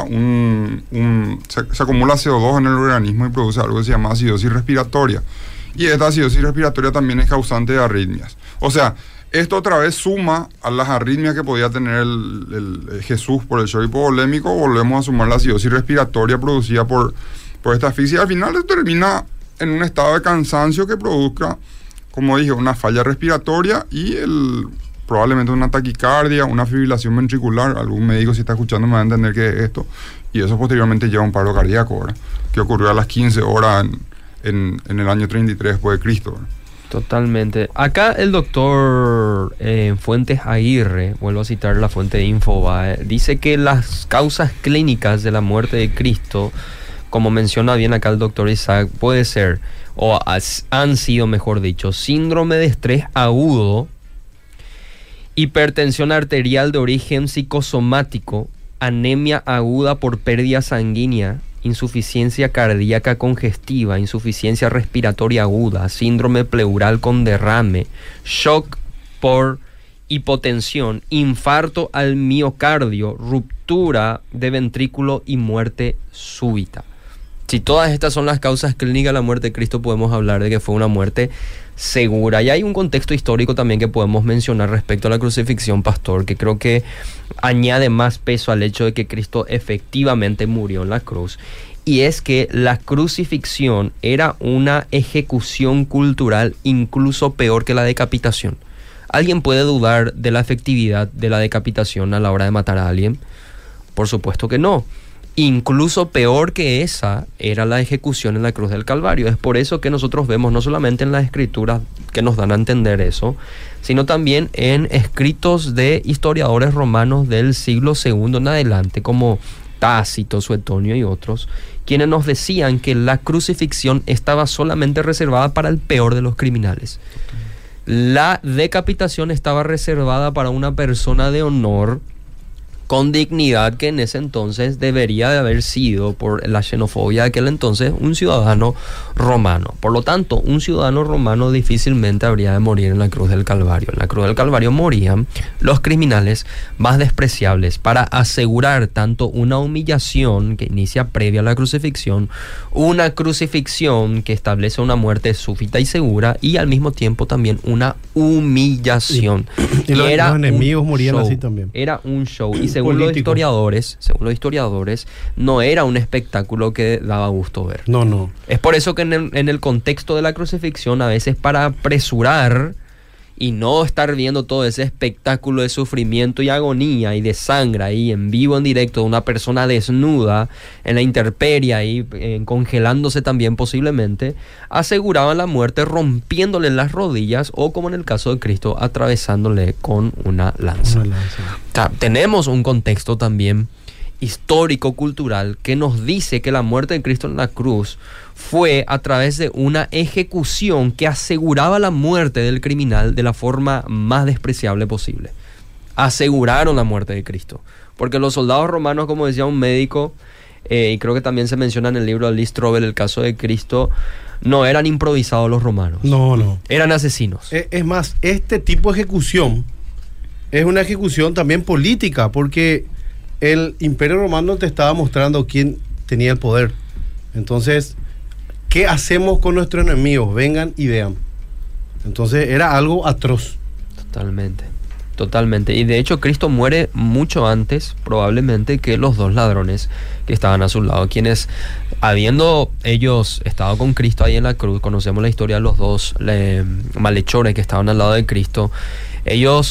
se acumula CO2 en el organismo y produce algo que se llama acidosis respiratoria. Y esta acidosis respiratoria también es causante de arritmias. O sea, esto otra vez suma a las arritmias que podía tener el Jesús por el shock hipovolémico. Volvemos a sumar la acidosis respiratoria producida por esta asfixia. Al final termina en un estado de cansancio que produzca, como dije, una falla respiratoria y probablemente una taquicardia, una fibrilación ventricular. Algún médico, si está escuchando, me va a entender qué es esto. Y eso posteriormente lleva a un paro cardíaco, ¿verdad? Que ocurrió a las 15 horas en el año 33 después de Cristo, ¿verdad? Totalmente. Acá el doctor Fuentes Aguirre, vuelvo a citar la fuente de Infobae, dice que las causas clínicas de la muerte de Cristo, como menciona bien acá el doctor Isaac, puede ser, o han sido, mejor dicho, síndrome de estrés agudo, hipertensión arterial de origen psicosomático, anemia aguda por pérdida sanguínea, insuficiencia cardíaca congestiva, insuficiencia respiratoria aguda, síndrome pleural con derrame, shock por hipotensión, infarto al miocardio, ruptura de ventrículo y muerte súbita. Si todas estas son las causas clínicas de la muerte de Cristo, podemos hablar de que fue una muerte segura. Y hay un contexto histórico también que podemos mencionar respecto a la crucifixión, pastor, que creo que añade más peso al hecho de que Cristo efectivamente murió en la cruz. Y es que la crucifixión era una ejecución cultural incluso peor que la decapitación. ¿Alguien puede dudar de la efectividad de la decapitación a la hora de matar a alguien? Por supuesto que no. Incluso peor que esa era la ejecución en la cruz del Calvario. Es por eso que nosotros vemos no solamente en las escrituras que nos dan a entender eso, sino también en escritos de historiadores romanos del siglo II en adelante, como Tácito, Suetonio y otros, quienes nos decían que la crucifixión estaba solamente reservada para el peor de los criminales. La decapitación estaba reservada para una persona de honor, con dignidad, que en ese entonces debería de haber sido, por la xenofobia de aquel entonces, un ciudadano romano. Por lo tanto, un ciudadano romano difícilmente habría de morir en la cruz del Calvario. En la cruz del Calvario morían los criminales más despreciables, para asegurar tanto una humillación que inicia previa a la crucifixión, una crucifixión que establece una muerte súbita y segura, y al mismo tiempo también una humillación. Y los era enemigos un morían show, así también. Era un show. Y según los Políticos. historiadores, no era un espectáculo que daba gusto ver. No. Es por eso que en el contexto de la crucifixión, a veces para apresurar y no estar viendo todo ese espectáculo de sufrimiento y agonía y de sangre ahí en vivo, en directo, de una persona desnuda en la intemperie ahí, congelándose también posiblemente, aseguraban la muerte rompiéndole las rodillas, o como en el caso de Cristo, atravesándole con una lanza. Una lanza. O sea, tenemos un contexto también histórico-cultural que nos dice que la muerte de Cristo en la cruz fue a través de una ejecución que aseguraba la muerte del criminal de la forma más despreciable posible. Aseguraron la muerte de Cristo, porque los soldados romanos, como decía un médico, y creo que también se menciona en el libro de Lee Strobel, el caso de Cristo, no eran improvisados los romanos. No. Eran asesinos. Es más, este tipo de ejecución es una ejecución también política, porque el Imperio Romano te estaba mostrando quién tenía el poder. Entonces, ¿qué hacemos con nuestros enemigos? Vengan y vean. Entonces, era algo atroz. Totalmente. Y de hecho, Cristo muere mucho antes, probablemente, que los dos ladrones que estaban a su lado, quienes, habiendo ellos estado con Cristo ahí en la cruz, conocemos la historia de los dos malhechores que estaban al lado de Cristo.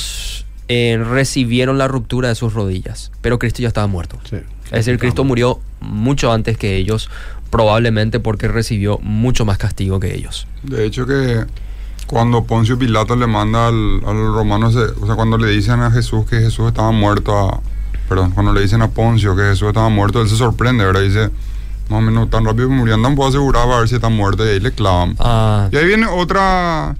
Ellos recibieron la ruptura de sus rodillas, pero Cristo ya estaba muerto. Sí. Es decir, Cristo murió mucho antes que ellos, probablemente porque recibió mucho más castigo que ellos. De hecho que cuando Poncio Pilato le manda al romano, o sea, cuando le dicen a Jesús que Jesús estaba muerto, cuando le dicen a Poncio que Jesús estaba muerto, él se sorprende, ¿verdad? Dice, más o menos tan rápido que murió, no puedo asegurar a ver si está muerto, y ahí le clavan. Y ahí viene otro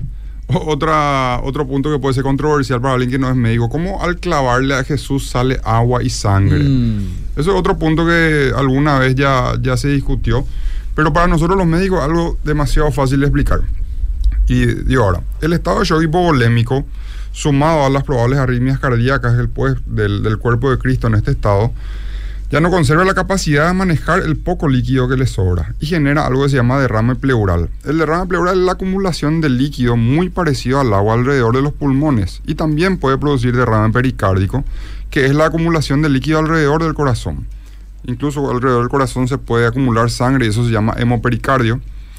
punto que puede ser controversial para alguien que no es médico. ¿Cómo al clavarle a Jesús sale agua y sangre? Eso es otro punto que alguna vez ya se discutió, pero para nosotros los médicos es algo demasiado fácil de explicar. Y digo ahora, el estado de shock hipovolémico, sumado a las probables arritmias cardíacas del cuerpo de Cristo en este estado, ya no conserva la capacidad de manejar el poco líquido que le sobra y genera algo que se llama derrame pleural. El derrame pleural es la acumulación de líquido muy parecido al agua alrededor de los pulmones, y también puede producir derrame pericárdico, que es la acumulación de líquido alrededor del corazón. Incluso alrededor del corazón se puede acumular sangre y eso se llama hemopericardio.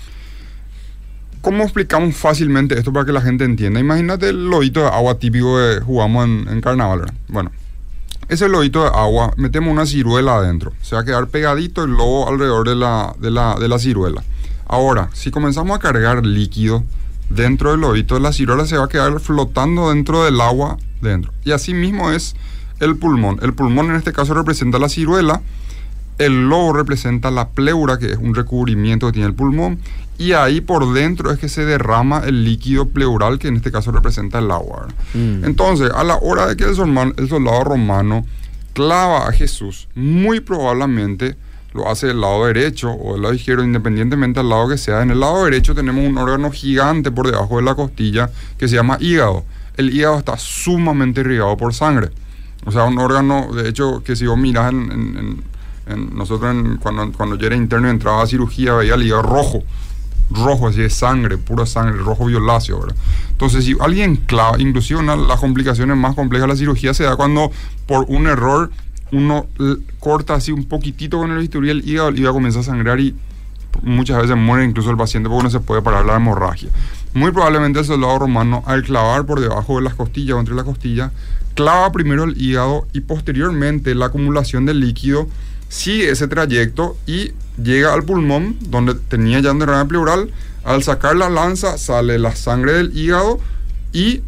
¿Cómo explicamos fácilmente esto para que la gente entienda? Imagínate el lodito de agua típico que jugamos en carnaval, ¿verdad? Bueno, ese lodito de agua, metemos una ciruela adentro. Se va a quedar pegadito el lodo alrededor de la ciruela. Ahora, si comenzamos a cargar líquido dentro del lodito de la ciruela, se va a quedar flotando dentro del agua dentro. Y así mismo es el pulmón. El pulmón en este caso representa la ciruela. El lobo representa la pleura, que es un recubrimiento que tiene el pulmón, y ahí por dentro es que se derrama el líquido pleural, que en este caso representa el agua. Entonces, a la hora de que el soldado romano clava a Jesús, muy probablemente lo hace del lado derecho o del lado izquierdo, independientemente del lado que sea. En el lado derecho tenemos un órgano gigante por debajo de la costilla que se llama hígado. El hígado está sumamente irrigado por sangre. O sea, un órgano, de hecho, que si vos mirás nosotros cuando yo era interno y entraba a cirugía, veía el hígado rojo así de sangre, pura sangre, rojo violáceo, ¿verdad? Entonces, si alguien clava, inclusive las complicaciones más complejas de la cirugía se da cuando por un error uno corta así un poquitito con el bisturí el hígado comienza a sangrar y muchas veces muere incluso el paciente porque no se puede parar la hemorragia. Muy probablemente el soldado romano, al clavar por debajo de las costillas o entre las costillas, clava primero el hígado y posteriormente la acumulación del líquido sigue ese trayecto y llega al pulmón donde tenía ya un derrame pleural. Al sacar la lanza sale la sangre del hígado y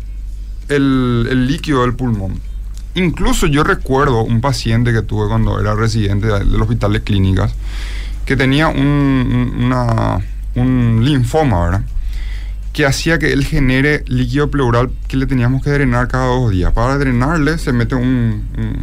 el líquido del pulmón. Incluso yo recuerdo un paciente que tuve cuando era residente del hospital de clínicas que tenía un linfoma, ¿verdad? Que hacía que él genere líquido pleural que le teníamos que drenar cada 2 días. Para drenarle se mete un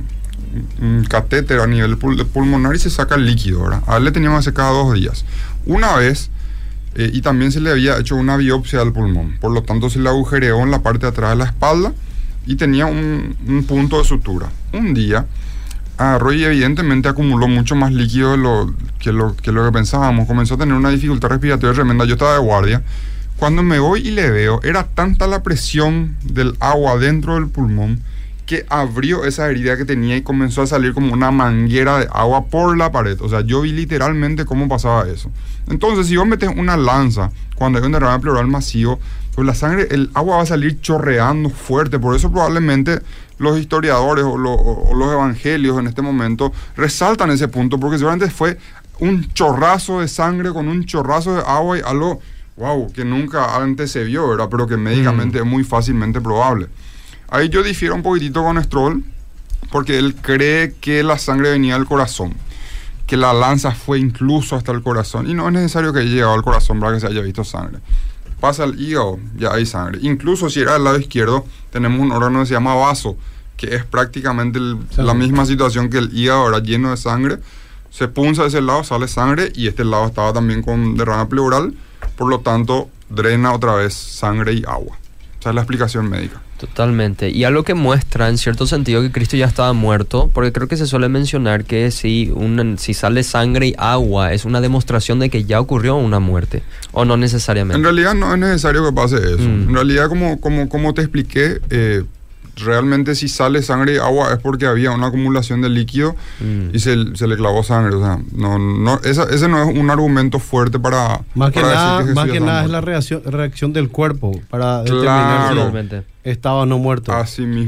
catéter a nivel pulmonar y se saca el líquido, ¿verdad? A él le teníamos que hacer cada 2 días. Una vez, y también se le había hecho una biopsia del pulmón, por lo tanto se le agujereó en la parte de atrás de la espalda y tenía un punto de sutura. Un día agarró y evidentemente acumuló mucho más líquido que lo que pensábamos. Comenzó a tener una dificultad respiratoria tremenda. Yo estaba de guardia. Cuando me voy y le veo, era tanta la presión del agua dentro del pulmón que abrió esa herida que tenía y comenzó a salir como una manguera de agua por la pared. O sea, yo vi literalmente cómo pasaba eso. Entonces, si vos metes una lanza cuando hay un derrame pleural masivo, pues la sangre, el agua va a salir chorreando fuerte. Por eso probablemente los historiadores o los evangelios en este momento resaltan ese punto, porque seguramente fue un chorrazo de sangre con un chorrazo de agua y algo, wow, que nunca antes se vio, ¿verdad? Pero que médicamente es muy fácilmente probable. Ahí yo difiero un poquitito con Stroll, porque él cree que la sangre venía del corazón, que la lanza fue incluso hasta el corazón, y no es necesario que haya llegado al corazón para que se haya visto sangre. Pasa al hígado, ya hay sangre. Incluso si era del lado izquierdo, tenemos un órgano que se llama vaso, que es prácticamente la misma situación que el hígado, ahora lleno de sangre. Se punza de ese lado, sale sangre, y este lado estaba también con derrame pleural, por lo tanto drena otra vez sangre y agua. Esa es la explicación médica. Totalmente. Y algo que muestra en cierto sentido que Cristo ya estaba muerto, porque creo que se suele mencionar que si sale sangre y agua es una demostración de que ya ocurrió una muerte, o no necesariamente. En realidad no es necesario que pase eso. En realidad, como te expliqué, realmente si sale sangre y agua es porque había una acumulación de líquido y se le clavó sangre. O sea, ese no es un argumento fuerte para más que para nada, es la reacción del cuerpo para determinar si estaba o no muerto. Así mismo.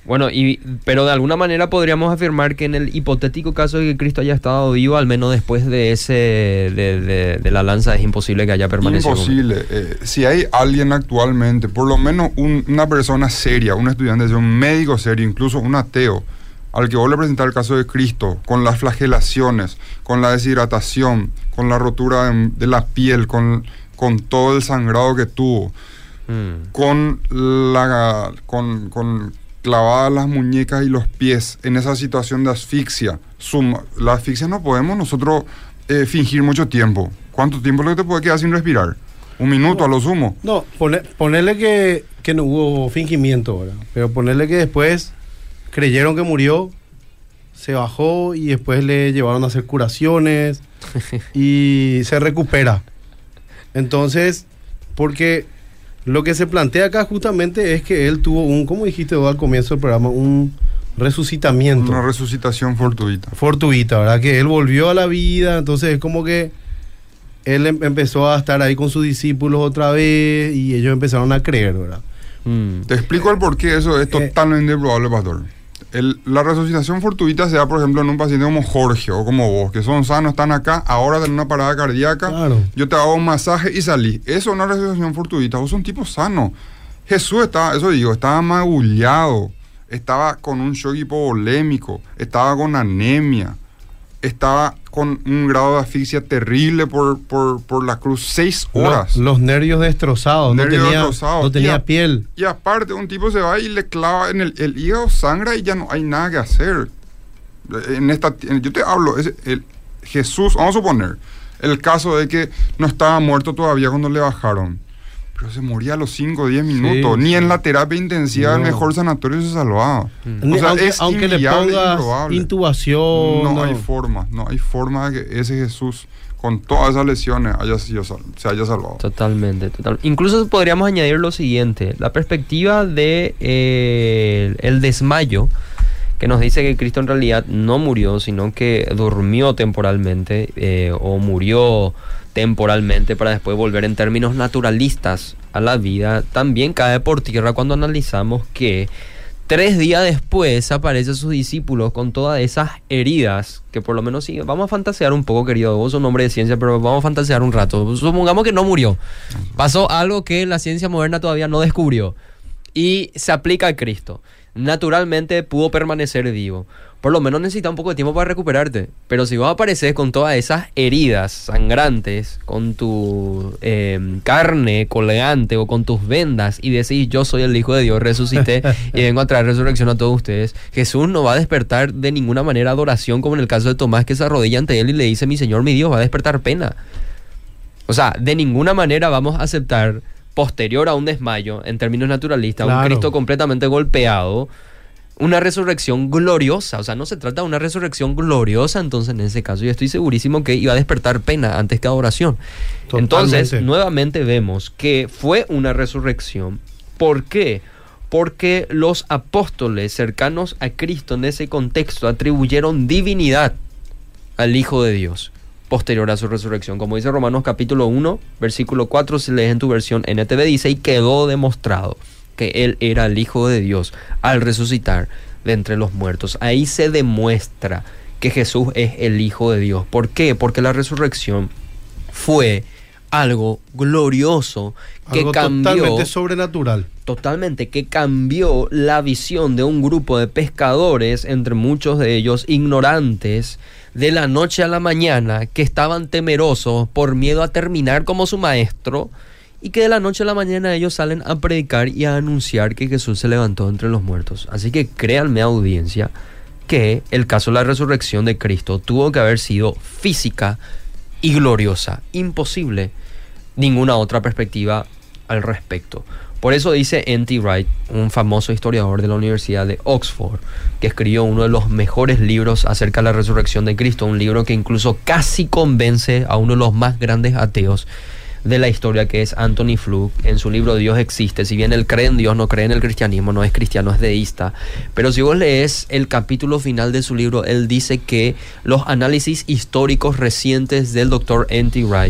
Bueno, pero de alguna manera podríamos afirmar que en el hipotético caso de que Cristo haya estado vivo, al menos después de de la lanza, es imposible que haya permanecido. Imposible. Si hay alguien actualmente, por lo menos una persona seria, un estudiante, un médico serio, incluso un ateo, al que vos le presentás el caso de Cristo, con las flagelaciones, con la deshidratación, con la rotura de la piel, con todo el sangrado que tuvo, con clavadas las muñecas y los pies en esa situación de asfixia. La asfixia no podemos nosotros fingir mucho tiempo. ¿Cuánto tiempo es lo que te puede quedar sin respirar? ¿Un minuto a lo sumo? No, ponerle que no hubo fingimiento, ¿verdad? Pero ponerle que después creyeron que murió, se bajó y después le llevaron a hacer curaciones y se recupera. Entonces, porque lo que se plantea acá justamente es que él tuvo como dijiste vos al comienzo del programa, un resucitamiento. Una resucitación fortuita. Fortuita, ¿verdad? Que él volvió a la vida, entonces es como que él empezó a estar ahí con sus discípulos otra vez y ellos empezaron a creer, ¿verdad? Te explico el por qué eso es totalmente probable, pastor. La resucitación fortuita se da, por ejemplo, en un paciente como Jorge o como vos, que son sanos, están acá, ahora tienen una parada cardíaca, claro. Yo te hago un masaje y salí. Eso es una resucitación fortuita, vos sos un tipo sano. Jesús estaba magullado, estaba con un shock hipovolémico, estaba con anemia, estaba con un grado de asfixia terrible por la cruz, 6 horas. Los nervios destrozados, no tenía piel. Y aparte, un tipo se va y le clava en el hígado, sangra y ya no hay nada que hacer. Yo te hablo, Jesús, vamos a suponer, el caso de que no estaba muerto todavía cuando le bajaron. Pero se moría a los 5 o 10 minutos. Ni en la terapia intensiva del mejor sanatorio se salvaba. O sea, aunque le pongas intubación. No hay forma de que ese Jesús, con todas esas lesiones, se haya salvado. Totalmente. Incluso podríamos añadir lo siguiente. La perspectiva de el desmayo, que nos dice que Cristo en realidad no murió, sino que durmió temporalmente o murió temporalmente para después volver en términos naturalistas a la vida, también cae por tierra cuando analizamos que 3 días después aparecen sus discípulos con todas esas heridas, que por lo menos sí, vamos a fantasear un poco, querido, vos sos un hombre de ciencia, pero vamos a fantasear un rato. Supongamos que no murió, pasó algo que la ciencia moderna todavía no descubrió y se aplica a Cristo. Naturalmente pudo permanecer vivo. Por lo menos necesita un poco de tiempo para recuperarte. Pero si vos apareces con todas esas heridas sangrantes, con tu carne colgante o con tus vendas y decís, yo soy el Hijo de Dios, resucité y vengo a traer resurrección a todos ustedes, Jesús no va a despertar de ninguna manera adoración, como en el caso de Tomás, que se arrodilla ante él y le dice, mi Señor, mi Dios, va a despertar pena. O sea, de ninguna manera vamos a aceptar, posterior a un desmayo, en términos naturalistas, claro, un Cristo completamente golpeado, una resurrección gloriosa. O sea, no se trata de una resurrección gloriosa, entonces en ese caso yo estoy segurísimo que iba a despertar pena antes que adoración. Totalmente. Entonces, nuevamente vemos que fue una resurrección. ¿Por qué? Porque los apóstoles cercanos a Cristo en ese contexto atribuyeron divinidad al Hijo de Dios posterior a su resurrección. Como dice Romanos capítulo 1, versículo 4, si lees en tu versión NTV, dice, y quedó demostrado que Él era el Hijo de Dios al resucitar de entre los muertos. Ahí se demuestra que Jesús es el Hijo de Dios. ¿Por qué? Porque la resurrección fue algo glorioso, que cambió, totalmente sobrenatural. Totalmente, que cambió la visión de un grupo de pescadores, entre muchos de ellos ignorantes, de la noche a la mañana, que estaban temerosos por miedo a terminar como su maestro, y que de la noche a la mañana ellos salen a predicar y a anunciar que Jesús se levantó entre los muertos. Así que créanme, audiencia, que el caso de la resurrección de Cristo tuvo que haber sido física y gloriosa. Imposible ninguna otra perspectiva al respecto. Por eso dice N.T. Wright, un famoso historiador de la Universidad de Oxford, que escribió uno de los mejores libros acerca de la resurrección de Cristo, un libro que incluso casi convence a uno de los más grandes ateos de la historia, que es Anthony Flew, en su libro Dios existe. Si bien él cree en Dios, no cree en el cristianismo, no es cristiano, es deísta. Pero si vos lees el capítulo final de su libro, él dice que los análisis históricos recientes del Dr. N.T. Wright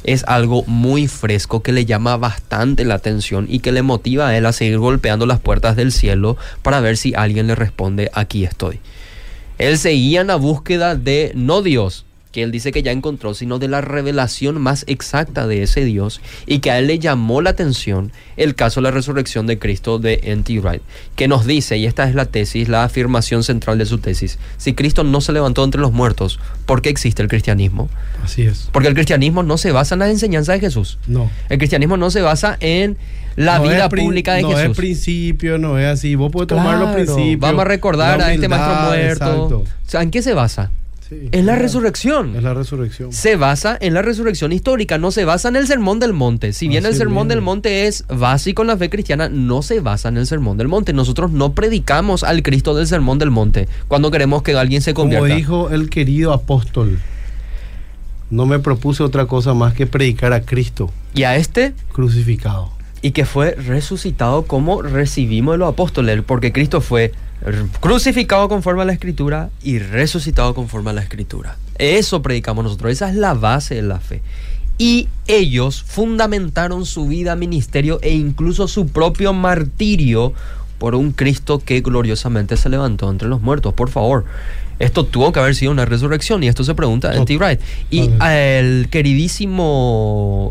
es algo muy fresco que le llama bastante la atención y que le motiva a él a seguir golpeando las puertas del cielo para ver si alguien le responde: aquí estoy. Él seguía en la búsqueda de no Dios, que él dice que ya encontró, sino de la revelación más exacta de ese Dios, y que a él le llamó la atención el caso de la resurrección de Cristo de N.T. Wright, que nos dice, y esta es la tesis, la afirmación central de su tesis: si Cristo no se levantó entre los muertos, ¿por qué existe el cristianismo? Así es. Porque el cristianismo no se basa en las enseñanzas de Jesús. No. El cristianismo no se basa en la vida pública de Jesús. No es principio, no es así. Vos podés tomar los principios. Vamos a recordar a este maestro muerto. Exacto. O sea, ¿en qué se basa? Sí, en la resurrección. Es la resurrección. Se basa en la resurrección histórica, no se basa en el Sermón del Monte. Si bien Así el Sermón mismo. del Monte es básico en la fe cristiana, no se basa en el Sermón del Monte. Nosotros no predicamos al Cristo del Sermón del Monte cuando queremos que alguien se convierta. Como dijo el querido apóstol, no me propuse otra cosa más que predicar a Cristo Y a este, crucificado. y que fue resucitado como recibimos de los apóstoles, porque Cristo fue crucificado conforme a la Escritura y resucitado conforme a la Escritura. Eso predicamos nosotros, esa es la base de la fe. Y ellos fundamentaron su vida, ministerio e incluso su propio martirio por un Cristo que gloriosamente se levantó entre los muertos. Por favor, esto tuvo que haber sido una resurrección, y esto se pregunta de N.T. Wright. Y el queridísimo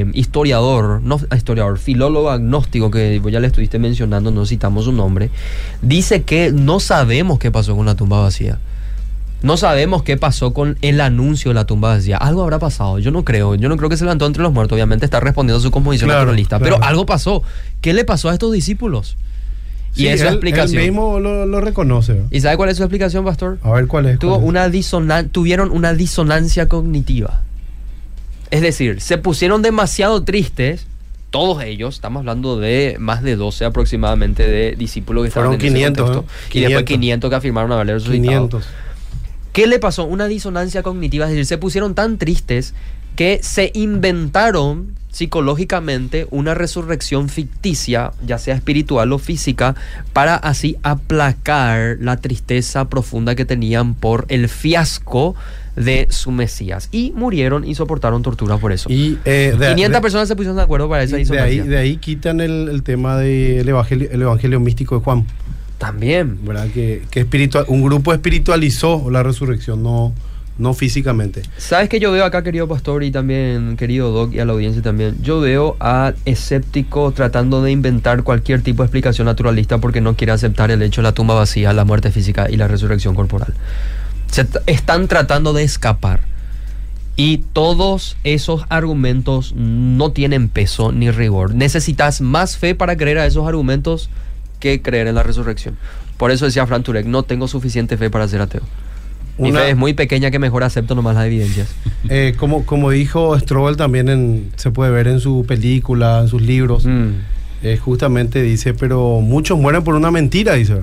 filólogo agnóstico, que ya le estuviste mencionando, no citamos su nombre, dice que no sabemos qué pasó con la tumba vacía. No sabemos qué pasó con el anuncio de la tumba vacía. Algo habrá pasado. Yo no creo que se levantó entre los muertos. Obviamente está respondiendo a su composición naturalista. Claro. Pero algo pasó. ¿Qué le pasó a estos discípulos? Sí, y es su explicación. Él mismo lo reconoce, ¿no? ¿Y sabe cuál es su explicación, pastor? A ver, ¿cuál es? Tuvieron una disonancia cognitiva. Es decir, se pusieron demasiado tristes, todos ellos. Estamos hablando de más de 12 aproximadamente de discípulos que estaban en 500, ese contexto. Y después 500 que afirmaron haber resucitado. 500. ¿Qué le pasó? Una disonancia cognitiva, es decir, se pusieron tan tristes que se inventaron psicológicamente una resurrección ficticia, ya sea espiritual o física, para así aplacar la tristeza profunda que tenían por el fiasco de su Mesías. Y murieron y soportaron tortura por eso. Y 500 personas se pusieron de acuerdo para esa disonancia. De ahí quitan el tema del evangelio místico de Juan. También. ¿Verdad? Que un grupo espiritualizó la resurrección, no físicamente. ¿Sabes qué yo veo acá, querido pastor, y también querido Doc, y a la audiencia también? Yo veo a escéptico tratando de inventar cualquier tipo de explicación naturalista porque no quiere aceptar el hecho de la tumba vacía, la muerte física y la resurrección corporal. Están tratando de escapar. Y todos esos argumentos no tienen peso ni rigor. Necesitas más fe para creer a esos argumentos que creer en la resurrección. Por eso decía Frank Turek: no tengo suficiente fe para ser ateo. Mi fe es muy pequeña, que mejor acepto nomás las evidencias. Como dijo Strobel también, se puede ver en su película, en sus libros, justamente dice, pero muchos mueren por una mentira, dice.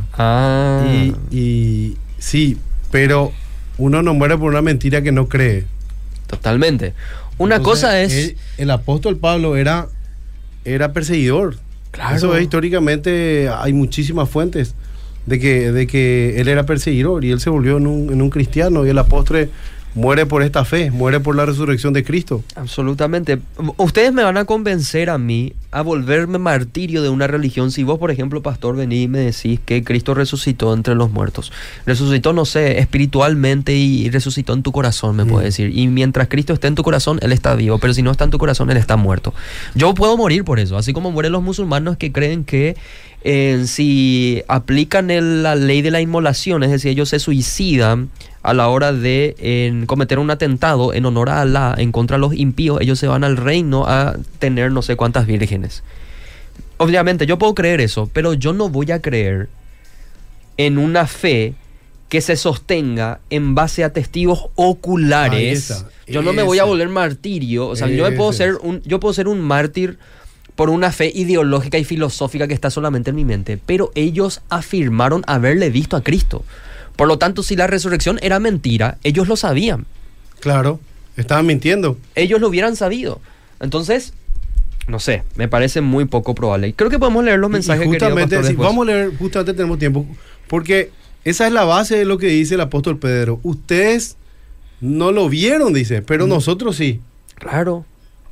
Y sí, pero uno no muere por una mentira que no cree. Totalmente. Entonces, cosa es... El apóstol Pablo era perseguidor. Claro. Eso es, históricamente hay muchísimas fuentes de que él era perseguidor y él se volvió en un cristiano, y el apóstol muere por esta fe, muere por la resurrección de Cristo. Absolutamente. Ustedes me van a convencer a mí a volverme martirio de una religión si vos, por ejemplo, pastor, venís y me decís que Cristo resucitó entre los muertos. Resucitó, no sé, espiritualmente, y resucitó en tu corazón, me puede decir. Y mientras Cristo esté en tu corazón, Él está vivo, pero si no está en tu corazón, Él está muerto. Yo puedo morir por eso, así como mueren los musulmanes que creen que si aplican la ley de la inmolación, es decir, ellos se suicidan a la hora de cometer un atentado en honor a Alá, en contra de los impíos, ellos se van al reino a tener no sé cuántas vírgenes. Obviamente yo puedo creer eso, pero yo no voy a creer en una fe que se sostenga en base a testigos oculares. Yo no me voy a volver martirio. O sea, yo puedo ser un mártir por una fe ideológica y filosófica que está solamente en mi mente, pero ellos afirmaron haberle visto a Cristo. Por lo tanto, si la resurrección era mentira, ellos lo sabían. Claro, estaban mintiendo. Ellos lo hubieran sabido. Entonces, no sé, me parece muy poco probable. Creo que podemos leer los mensajes. Y justamente, querido pastor, vamos a leer, justamente tenemos tiempo, porque esa es la base de lo que dice el apóstol Pedro. Ustedes no lo vieron, dice, pero nosotros sí. Claro.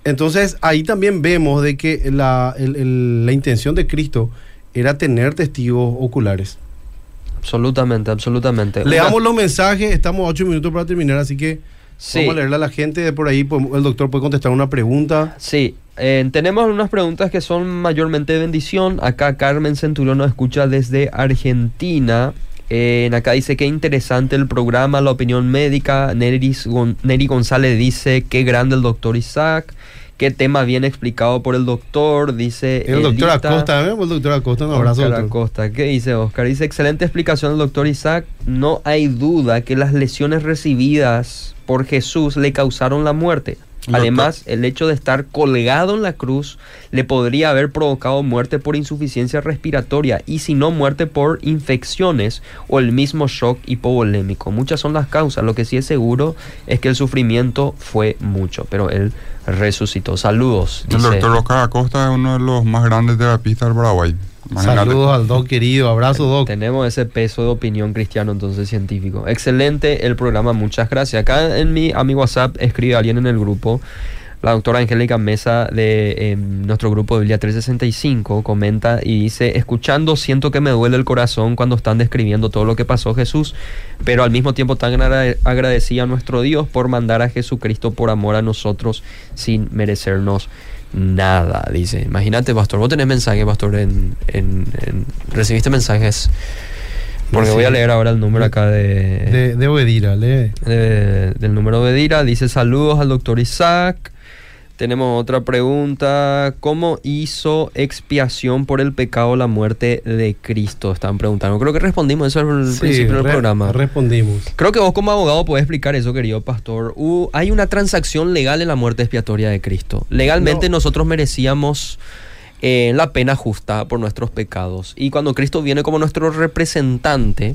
Entonces ahí también vemos de que la intención de Cristo era tener testigos oculares. Absolutamente, absolutamente. Leamos los mensajes, estamos a 8 minutos para terminar, así que Sí. vamos a leerle a la gente. De por ahí el doctor puede contestar una pregunta. Sí, tenemos unas preguntas que son mayormente de bendición. Acá Carmen Centurión nos escucha desde Argentina. Acá dice que interesante el programa, la opinión médica. Neri González dice qué grande el doctor Isaac. Qué tema bien explicado por el doctor, dice El doctor Elita. Acosta, ¿eh? El doctor Acosta, un abrazo, Oscar doctor. Acosta. ¿Qué dice Oscar? Dice, excelente explicación del doctor Isaac. No hay duda que las lesiones recibidas por Jesús le causaron la muerte. Además, el hecho de estar colgado en la cruz le podría haber provocado muerte por insuficiencia respiratoria y si no muerte por infecciones o el mismo shock hipovolémico. Muchas son las causas. Lo que sí es seguro es que el sufrimiento fue mucho, pero él resucitó. Saludos. El dice. doctor Oscar Acosta es uno de los más grandes terapistas del Paraguay. Imagínate. Saludos al doc querido, abrazo doc. Tenemos ese peso de opinión cristiano, entonces científico. Excelente el programa, muchas gracias. Acá en mi WhatsApp escribe alguien en el grupo, la doctora Angélica Mesa de nuestro grupo de Biblia 365, comenta y dice, escuchando siento que me duele el corazón cuando están describiendo todo lo que pasó Jesús, pero al mismo tiempo tan agradecida a nuestro Dios por mandar a Jesucristo por amor a nosotros sin merecernos nada, dice. Imagínate, pastor, vos tenés mensajes, pastor, recibiste mensajes, porque Sí. voy a leer ahora el número acá De Obedira, lee. del número de Dira. Dice, saludos al doctor Isaac. Tenemos otra pregunta. ¿Cómo hizo expiación por el pecado la muerte de Cristo? Estaban preguntando. Creo que respondimos eso al principio del programa. Respondimos. Creo que vos como abogado podés explicar eso, querido pastor. Hay una transacción legal en la muerte expiatoria de Cristo. Legalmente nosotros merecíamos la pena justa por nuestros pecados. Y cuando Cristo viene como nuestro representante,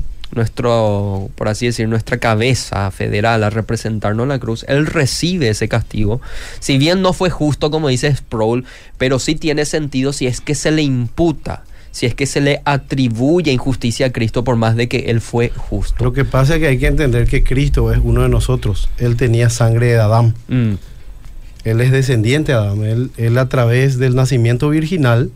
por así decir, nuestra cabeza federal a representarnos en la cruz, Él recibe ese castigo. Si bien no fue justo, como dice Sproul, pero sí tiene sentido si es que se le imputa, si es que se le atribuye injusticia a Cristo por más de que Él fue justo. Lo que pasa es que hay que entender que Cristo es uno de nosotros. Él tenía sangre de Adán. Él es descendiente de Adán. Él a través del nacimiento virginal,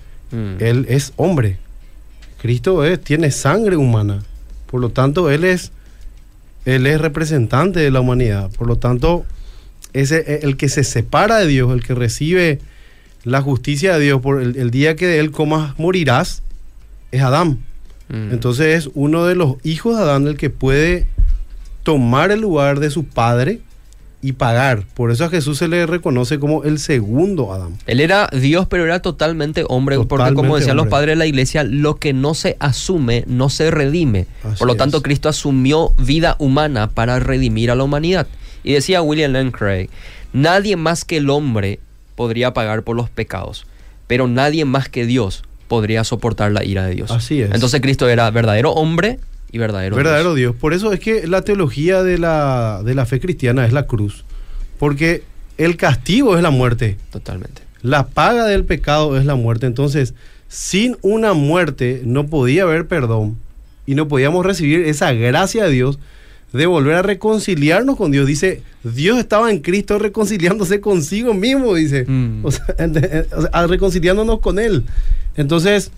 Él es hombre. Cristo tiene sangre humana. Por lo tanto, Él es representante de la humanidad. Por lo tanto, el que se separa de Dios, el que recibe la justicia de Dios, por el día que de Él comas morirás, es Adán. Entonces es uno de los hijos de Adán el que puede tomar el lugar de su padre y pagar. Por eso a Jesús se le reconoce como el segundo Adán. Él era Dios, pero era totalmente hombre, porque como decían los padres de la iglesia, lo que no se asume, no se redime. Así Por lo tanto, es. Cristo asumió vida humana para redimir a la humanidad. Y decía William Lane Craig, nadie más que el hombre podría pagar por los pecados, pero nadie más que Dios podría soportar la ira de Dios. Así es. Entonces Cristo era verdadero hombre y verdadero Dios. Por eso es que la teología de la fe cristiana es la cruz. Porque el castigo es la muerte. Totalmente. La paga del pecado es la muerte. Entonces, sin una muerte no podía haber perdón. Y no podíamos recibir esa gracia de Dios de volver a reconciliarnos con Dios. Dice, Dios estaba en Cristo reconciliándose consigo mismo, dice. O sea, reconciliándonos con Él. Entonces,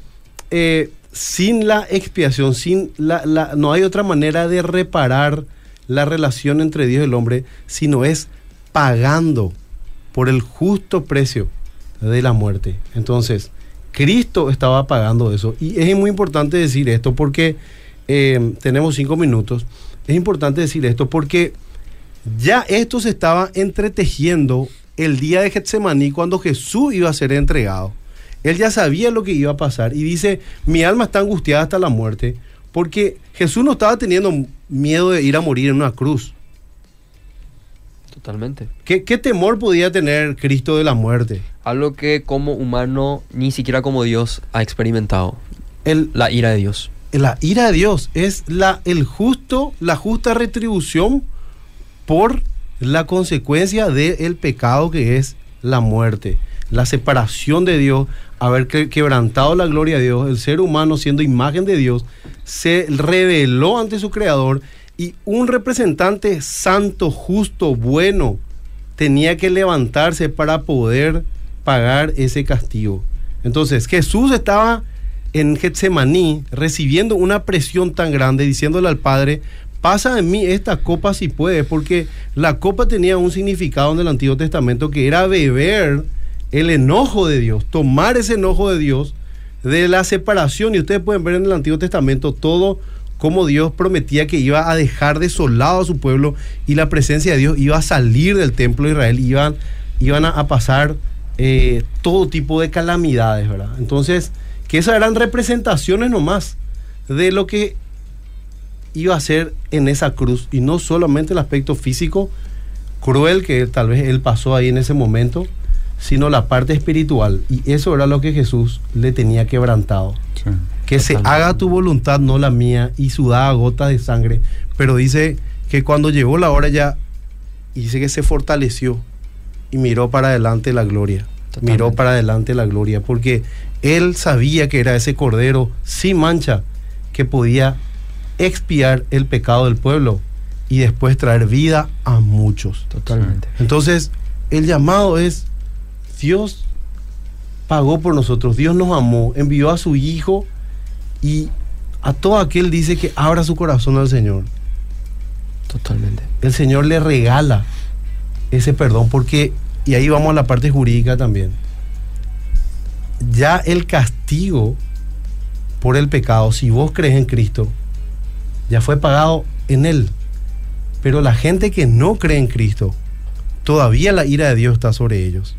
sin la expiación, no hay otra manera de reparar la relación entre Dios y el hombre, sino es pagando por el justo precio de la muerte. Entonces, Cristo estaba pagando eso. Y es muy importante decir esto porque tenemos 5 minutos. Es importante decir esto porque ya esto se estaba entretejiendo el día de Getsemaní cuando Jesús iba a ser entregado. Él ya sabía lo que iba a pasar y dice, mi alma está angustiada hasta la muerte, porque Jesús no estaba teniendo miedo de ir a morir en una cruz. Totalmente. ¿Qué temor podía tener Cristo de la muerte? Algo que como humano, ni siquiera como Dios, ha experimentado. La ira de Dios. La ira de Dios es la justa retribución por la consecuencia del pecado que es la muerte. La separación de Dios, haber quebrantado la gloria de Dios, el ser humano siendo imagen de Dios, se rebeló ante su creador y un representante santo, justo, bueno, tenía que levantarse para poder pagar ese castigo. Entonces Jesús estaba en Getsemaní recibiendo una presión tan grande, diciéndole al Padre: pasa de mí esta copa si puedes, porque la copa tenía un significado en el Antiguo Testamento que era beber el enojo de Dios, tomar ese enojo de Dios, de la separación. Y ustedes pueden ver en el Antiguo Testamento todo cómo Dios prometía que iba a dejar desolado a su pueblo y la presencia de Dios iba a salir del templo de Israel, iban a pasar todo tipo de calamidades, ¿verdad? Entonces, que esas eran representaciones nomás de lo que iba a ser en esa cruz, y no solamente el aspecto físico cruel que tal vez él pasó ahí en ese momento, sino la parte espiritual, y eso era lo que Jesús le tenía quebrantado. Sí. Que se haga tu voluntad, no la mía, y sudaba gotas de sangre. Pero dice que cuando llegó la hora ya, dice que se fortaleció y miró para adelante la gloria. Totalmente. Miró para adelante la gloria, porque él sabía que era ese cordero sin mancha que podía expiar el pecado del pueblo y después traer vida a muchos. Totalmente. Entonces, el llamado es: Dios pagó por nosotros, Dios nos amó, envió a su Hijo, y a todo aquel dice que abra su corazón al Señor. Totalmente. El Señor le regala ese perdón, porque, y ahí vamos a la parte jurídica también, ya el castigo por el pecado, si vos crees en Cristo, ya fue pagado en Él. Pero la gente que no cree en Cristo, todavía la ira de Dios está sobre ellos.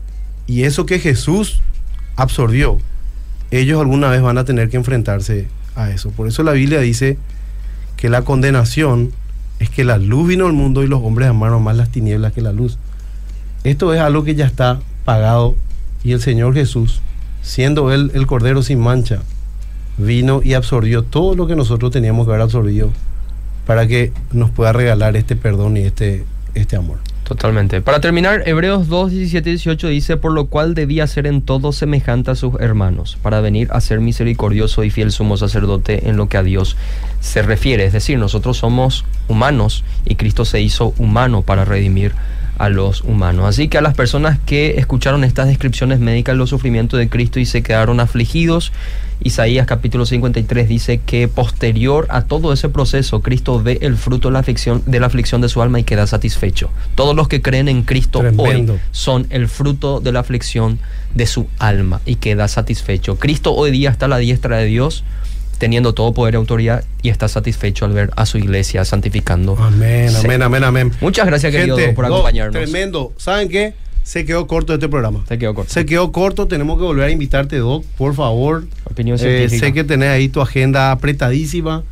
Y eso que Jesús absorbió, ellos alguna vez van a tener que enfrentarse a eso. Por eso la Biblia dice que la condenación es que la luz vino al mundo y los hombres amaron más las tinieblas que la luz. Esto es algo que ya está pagado, y el Señor Jesús, siendo Él el Cordero sin mancha, vino y absorbió todo lo que nosotros teníamos que haber absorbido para que nos pueda regalar este perdón y este amor. Totalmente. Para terminar, Hebreos 2, 17 y 18 dice: por lo cual debía ser en todo semejante a sus hermanos, para venir a ser misericordioso y fiel sumo sacerdote en lo que a Dios se refiere. Es decir, nosotros somos humanos y Cristo se hizo humano para redimir a los humanos. Así que a las personas que escucharon estas descripciones médicas de los sufrimientos de Cristo y se quedaron afligidos, Isaías capítulo 53 dice que posterior a todo ese proceso, Cristo ve el fruto de la aflicción de su alma y queda satisfecho. Todos los que creen en Cristo Tremendo. hoy son el fruto de la aflicción de su alma y queda satisfecho. Cristo hoy día está a la diestra de Dios, teniendo todo poder y autoridad, y está satisfecho al ver a su iglesia santificando. Amén, Sí. amén, amén, amén. Muchas gracias, querido Gente, Doc, por acompañarnos. Tremendo. ¿Saben qué? Se quedó corto este programa. Se quedó corto. Se quedó corto. Tenemos que volver a invitarte, Doc, por favor. Opinión científica. Sé que tenés ahí tu agenda apretadísima,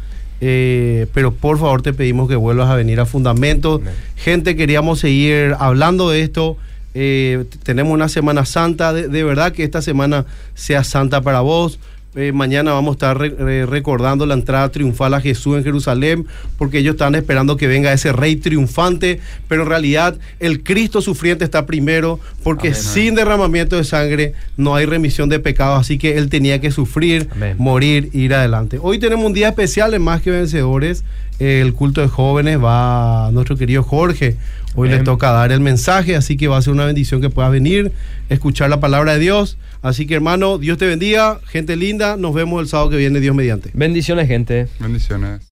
pero por favor te pedimos que vuelvas a venir a Fundamentos. Amén. Gente, queríamos seguir hablando de esto. Tenemos una Semana Santa. De verdad que esta semana sea santa para vos. Mañana vamos a estar recordando la entrada triunfal a Jesús en Jerusalén, porque ellos están esperando que venga ese rey triunfante, pero en realidad el Cristo sufriente está primero, porque Amén, sin derramamiento de sangre no hay remisión de pecados, así que Él tenía que sufrir, Amén. morir, ir adelante. Hoy tenemos un día especial en Más que Vencedores. El culto de jóvenes va a nuestro querido Jorge. Hoy Amén. le toca dar el mensaje, así que va a ser una bendición que puedas venir, escuchar la palabra de Dios. Así que, hermano, Dios te bendiga, gente linda, nos vemos el sábado que viene, Dios mediante. Bendiciones, gente. Bendiciones.